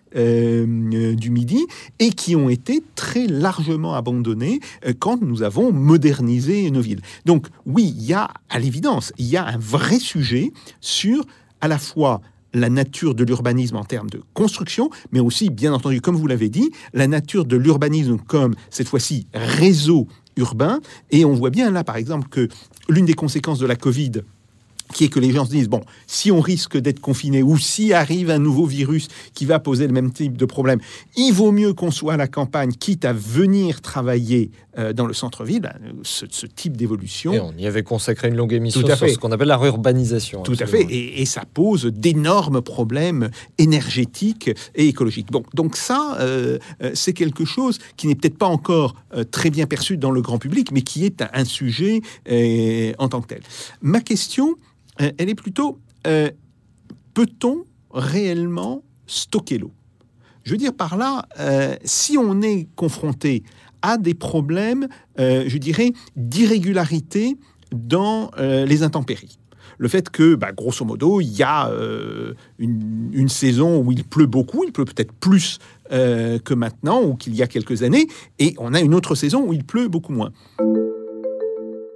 du Midi et qui ont été très largement abandonnées quand nous avons modernisé nos villes. Donc oui, il y a à l'évidence, il y a un vrai sujet sur à la fois la nature de l'urbanisme en termes de construction, mais aussi, bien entendu, comme vous l'avez dit, la nature de l'urbanisme comme, cette fois-ci, réseau urbain. Et on voit bien là, par exemple, que l'une des conséquences de la Covid, qui est que les gens se disent, bon, si on risque d'être confiné ou si arrive un nouveau virus qui va poser le même type de problème, il vaut mieux qu'on soit à la campagne, quitte à venir travailler dans le centre-ville, ce type d'évolution. Et on y avait consacré une longue émission sur ce qu'on appelle la urbanisation. Tout à fait, et ça pose d'énormes problèmes énergétiques et écologiques. Bon, donc ça, c'est quelque chose qui n'est peut-être pas encore très bien perçu dans le grand public, mais qui est un sujet en tant que tel. Ma question, elle est plutôt, peut-on réellement stocker l'eau? Je veux dire par là, si on est confronté à des problèmes, je dirais, d'irrégularité dans les intempéries. Le fait que, grosso modo, il y a une saison où il pleut beaucoup, il pleut peut-être plus que maintenant ou qu'il y a quelques années, et on a une autre saison où il pleut beaucoup moins.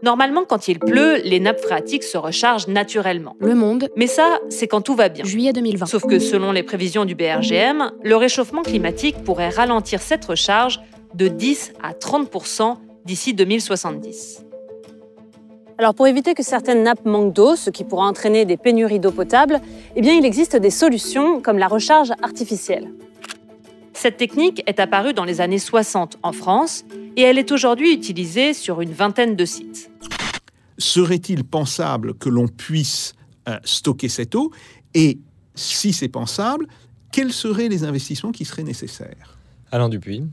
Normalement, quand il pleut, les nappes phréatiques se rechargent naturellement. Le Monde. Mais ça, c'est quand tout va bien. Juillet 2020. Sauf que selon les prévisions du BRGM, le réchauffement climatique pourrait ralentir cette recharge de 10 à 30% d'ici 2070. Alors pour éviter que certaines nappes manquent d'eau, ce qui pourra entraîner des pénuries d'eau potable, il existe des solutions comme la recharge artificielle. Cette technique est apparue dans les années 60 en France et elle est aujourd'hui utilisée sur une vingtaine de sites. Serait-il pensable que l'on puisse stocker cette eau ? Et si c'est pensable, quels seraient les investissements qui seraient nécessaires ? Alain Dupuis.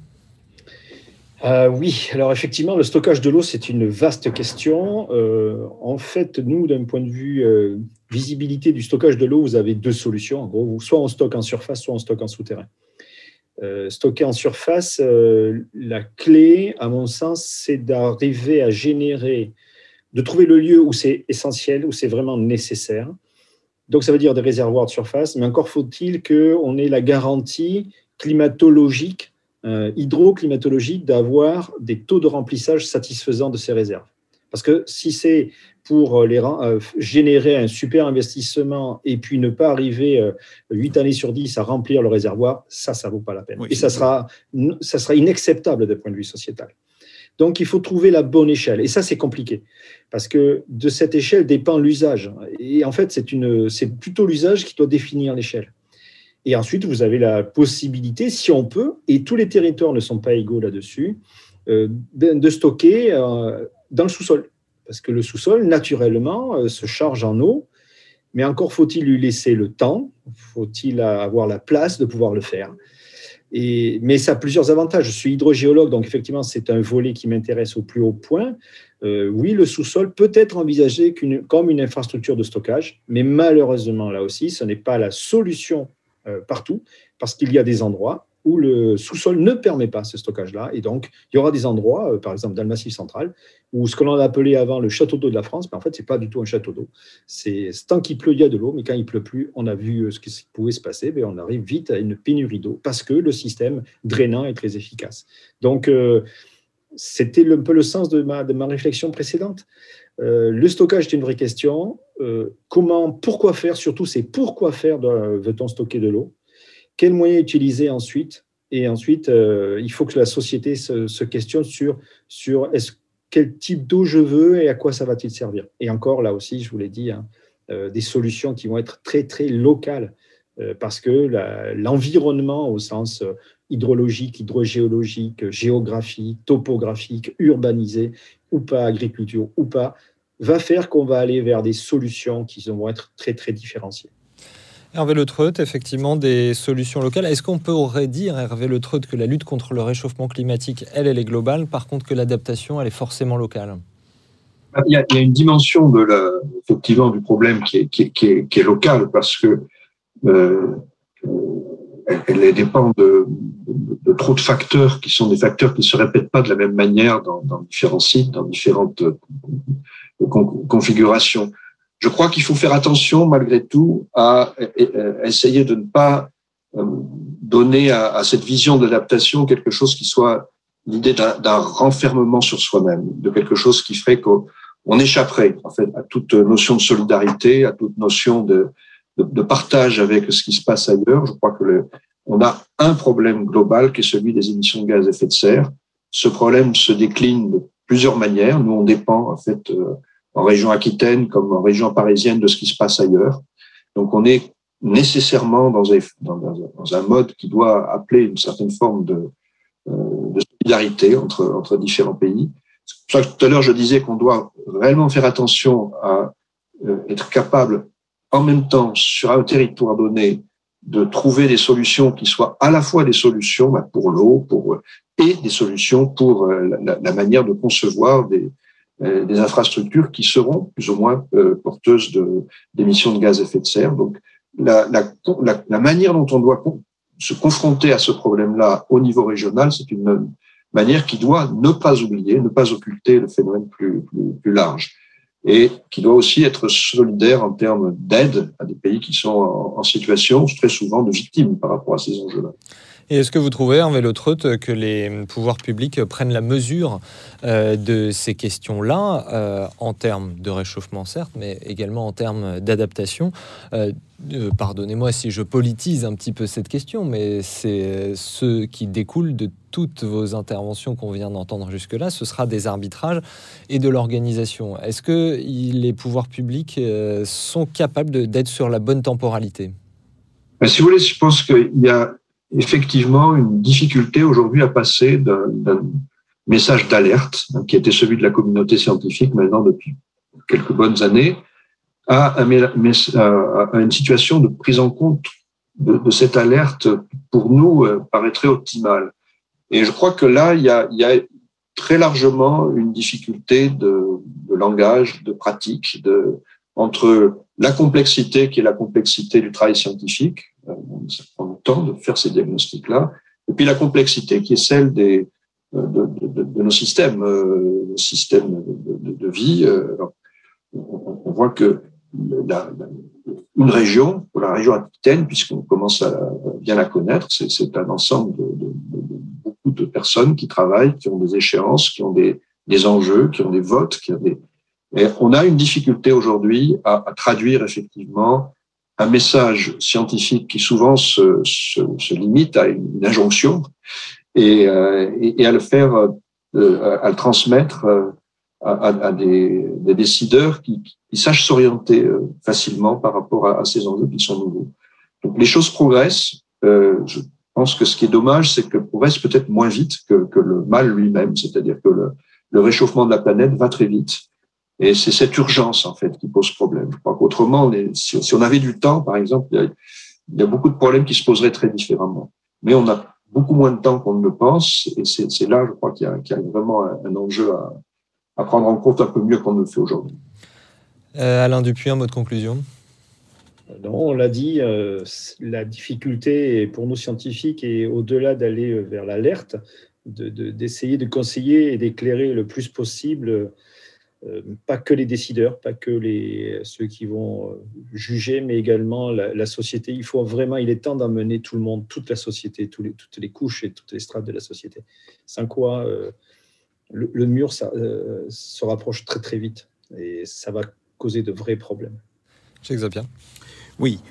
Oui, alors effectivement, le stockage de l'eau, c'est une vaste question. En fait, nous, d'un point de vue visibilité du stockage de l'eau, vous avez deux solutions. En gros, soit on stocke en surface, soit on stocke en souterrain. Stocker en surface, la clé, à mon sens, c'est d'arriver à générer, de trouver le lieu où c'est essentiel, où c'est vraiment nécessaire. Donc, ça veut dire des réservoirs de surface, mais encore faut-il qu'on ait la garantie climatologique, hydroclimatologique, d'avoir des taux de remplissage satisfaisants de ces réserves. Parce que si c'est pour générer un super investissement et puis ne pas arriver 8 années sur 10 à remplir le réservoir, ça ne vaut pas la peine. Oui, et ça sera inacceptable d'un point de vue sociétal. Donc, il faut trouver la bonne échelle. Et ça, c'est compliqué. Parce que de cette échelle dépend l'usage. Et en fait, c'est plutôt l'usage qui doit définir l'échelle. Et ensuite, vous avez la possibilité, si on peut, et tous les territoires ne sont pas égaux là-dessus, de stocker dans le sous-sol. Parce que le sous-sol, naturellement, se charge en eau, mais encore faut-il lui laisser le temps, faut-il avoir la place de pouvoir le faire. Mais ça a plusieurs avantages. Je suis hydrogéologue, donc effectivement, c'est un volet qui m'intéresse au plus haut point. Oui, le sous-sol peut être envisagé comme une infrastructure de stockage, mais malheureusement, là aussi, ce n'est pas la solution partout, parce qu'il y a des endroits où le sous-sol ne permet pas ce stockage-là. Et donc, il y aura des endroits, par exemple dans le Massif central, où ce que l'on a appelé avant le château d'eau de la France, en fait, ce n'est pas du tout un château d'eau. C'est tant qu'il pleut, il y a de l'eau, mais quand il ne pleut plus, on a vu ce qui pouvait se passer, on arrive vite à une pénurie d'eau, parce que le système drainant est très efficace. Donc, c'était un peu le sens de ma réflexion précédente. Le stockage est une vraie question. Pourquoi faire, surtout, c'est pourquoi faire veut-on stocker de l'eau ? Quels moyens utiliser ensuite ? Et ensuite, il faut que la société se questionne sur quel type d'eau je veux et à quoi ça va-t-il servir. Et encore, là aussi, je vous l'ai dit, des solutions qui vont être très, très locales, parce que l'environnement au sens hydrologique, hydrogéologique, géographique, topographique, urbanisé, ou pas, agriculture, ou pas, va faire qu'on va aller vers des solutions qui vont être très, très différenciées. Hervé Le Treut, effectivement, des solutions locales. Est-ce qu'on pourrait dire, Hervé Le Treut, que la lutte contre le réchauffement climatique, elle est globale, par contre que l'adaptation, elle est forcément locale ? Il y a une dimension effectivement du problème qui est locale, parce que elle dépend de trop de facteurs qui sont des facteurs qui ne se répètent pas de la même manière dans différents sites, dans différentes configurations. Je crois qu'il faut faire attention, malgré tout, à essayer de ne pas donner à cette vision d'adaptation quelque chose qui soit l'idée d'un renfermement sur soi-même, de quelque chose qui ferait qu'on échapperait en fait à toute notion de solidarité, à toute notion de partage avec ce qui se passe ailleurs. Je crois que on a un problème global qui est celui des émissions de gaz à effet de serre. Ce problème se décline de plusieurs manières. Nous, on dépend en fait en région Aquitaine comme en région parisienne de ce qui se passe ailleurs. Donc, on est nécessairement dans un mode qui doit appeler une certaine forme de solidarité entre différents pays. C'est pour ça que tout à l'heure, je disais qu'on doit réellement faire attention à être capable, en même temps, sur un territoire donné, de trouver des solutions qui soient à la fois des solutions pour l'eau et des solutions pour la manière de concevoir des infrastructures qui seront plus ou moins porteuses d'émissions de gaz à effet de serre. Donc, la manière dont on doit se confronter à ce problème-là au niveau régional, c'est une manière qui doit ne pas oublier, ne pas occulter le phénomène plus large, et qui doit aussi être solidaire en termes d'aide à des pays qui sont en situation très souvent de victimes par rapport à ces enjeux-là. Et est-ce que vous trouvez, Hervé Le Treut, que les pouvoirs publics prennent la mesure de ces questions-là, en termes de réchauffement certes, mais également en termes d'adaptation? Pardonnez-moi si je politise un petit peu cette question, mais c'est ce qui découle de toutes vos interventions qu'on vient d'entendre jusque-là, ce sera des arbitrages et de l'organisation. Est-ce que les pouvoirs publics sont capables d'être sur la bonne temporalité? Si vous voulez, je pense qu'il y a effectivement une difficulté aujourd'hui à passer d'un message d'alerte, qui était celui de la communauté scientifique maintenant depuis quelques bonnes années, à une situation de prise en compte de cette alerte, pour nous, paraîtrait optimale. Et je crois que là, il y a très largement une difficulté de langage, de pratique, entre la complexité qui est la complexité du travail scientifique, ça prend du temps de faire ces diagnostics-là, et puis la complexité qui est celle de nos systèmes, de vie. Alors, on voit que une région, pour la région Aquitaine, puisqu'on commence à bien la connaître, c'est un ensemble de beaucoup de personnes qui travaillent, qui ont des échéances, qui ont des enjeux, qui ont des votes, et on a une difficulté aujourd'hui à traduire effectivement un message scientifique qui souvent se limite à une injonction et à le faire, à le transmettre à des décideurs qui sachent s'orienter facilement par rapport à ces enjeux qui sont nouveaux. Donc les choses progressent. Je pense que ce qui est dommage, c'est que progresse peut-être moins vite que le mal lui-même, c'est-à-dire que le réchauffement de la planète va très vite. Et c'est cette urgence, en fait, qui pose problème. Je crois qu'autrement, si on avait du temps, par exemple, il y a beaucoup de problèmes qui se poseraient très différemment. Mais on a beaucoup moins de temps qu'on ne le pense, et c'est là, je crois, qu'il y a vraiment un enjeu à prendre en compte un peu mieux qu'on ne le fait aujourd'hui. Alain Dupuis, un mot de conclusion? Non, on l'a dit, la difficulté pour nous scientifiques est au-delà d'aller vers l'alerte, d'essayer de conseiller et d'éclairer le plus possible, pas que les décideurs, pas que ceux qui vont juger, mais également la société. Il est temps d'emmener tout le monde, toute la société, toutes les couches et toutes les strates de la société. Sans quoi, le mur se rapproche très très vite et ça va causer de vrais problèmes. Chez Xavier. Oui.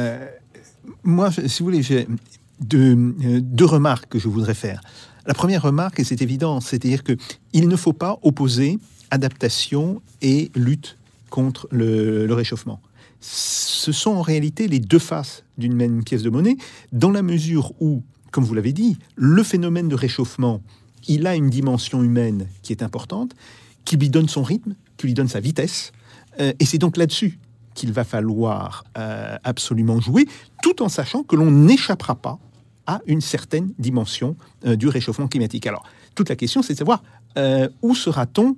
Moi, si vous voulez, j'ai deux remarques que je voudrais faire. La première remarque, et c'est évident, c'est-à-dire qu'il ne faut pas opposer adaptation et lutte contre le réchauffement. Ce sont en réalité les deux faces d'une même pièce de monnaie, dans la mesure où, comme vous l'avez dit, le phénomène de réchauffement, il a une dimension humaine qui est importante, qui lui donne son rythme, qui lui donne sa vitesse, et c'est donc là-dessus qu'il va falloir absolument jouer, tout en sachant que l'on n'échappera pas à une certaine dimension du réchauffement climatique. Alors, toute la question, c'est de savoir où sera-t-on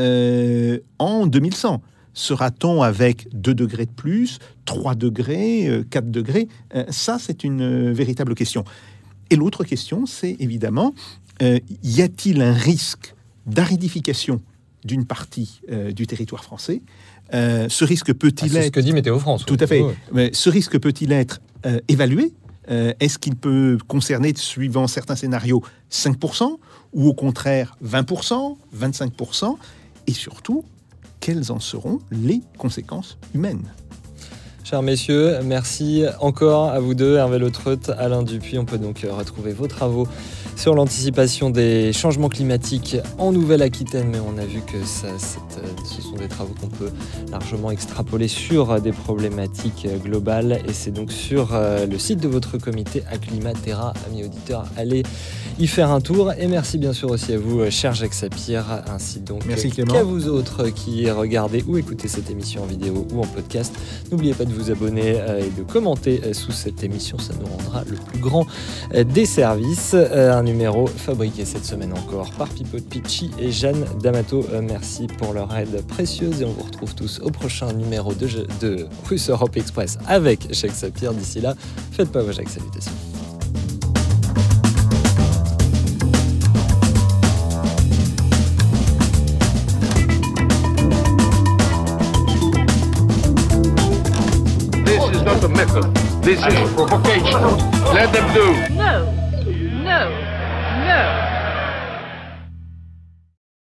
en 2100. Sera-t-on avec 2 degrés de plus, 3 degrés, 4 degrés? Ça, c'est une véritable question. Et l'autre question, c'est évidemment, y a-t-il un risque d'aridification d'une partie du territoire français? Ce risque peut-il être... C'est ce que dit Météo France. Tout à fait. Mais ce risque peut-il être évalué? Est-ce qu'il peut concerner, suivant certains scénarios, 5%, ou au contraire 20%, 25%? Et surtout, quelles en seront les conséquences humaines? Chers messieurs, merci encore à vous deux, Hervé Le Treut, Alain Dupuis. On peut donc retrouver vos travaux sur l'anticipation des changements climatiques en Nouvelle-Aquitaine, mais on a vu que ce sont des travaux qu'on peut largement extrapoler sur des problématiques globales, et c'est donc sur le site de votre comité Acclimatera, amis auditeurs, allez y faire un tour. Et merci bien sûr aussi à vous, cher Jacques Sapir, ainsi donc qu'à vous autres qui regardez ou écoutez cette émission en vidéo ou en podcast. N'oubliez pas de vous abonner et de commenter sous cette émission, ça nous rendra le plus grand des services. Un numéro fabriqué cette semaine encore par Pippo Picci et Jeanne D'Amato. Merci pour leur aide précieuse et on vous retrouve tous au prochain numéro de Russe Europe Express avec Jacques Sapir. D'ici là, faites pas vos Jacques, salutations. This is not a method. This is a provocation. Let them do. No. no, no.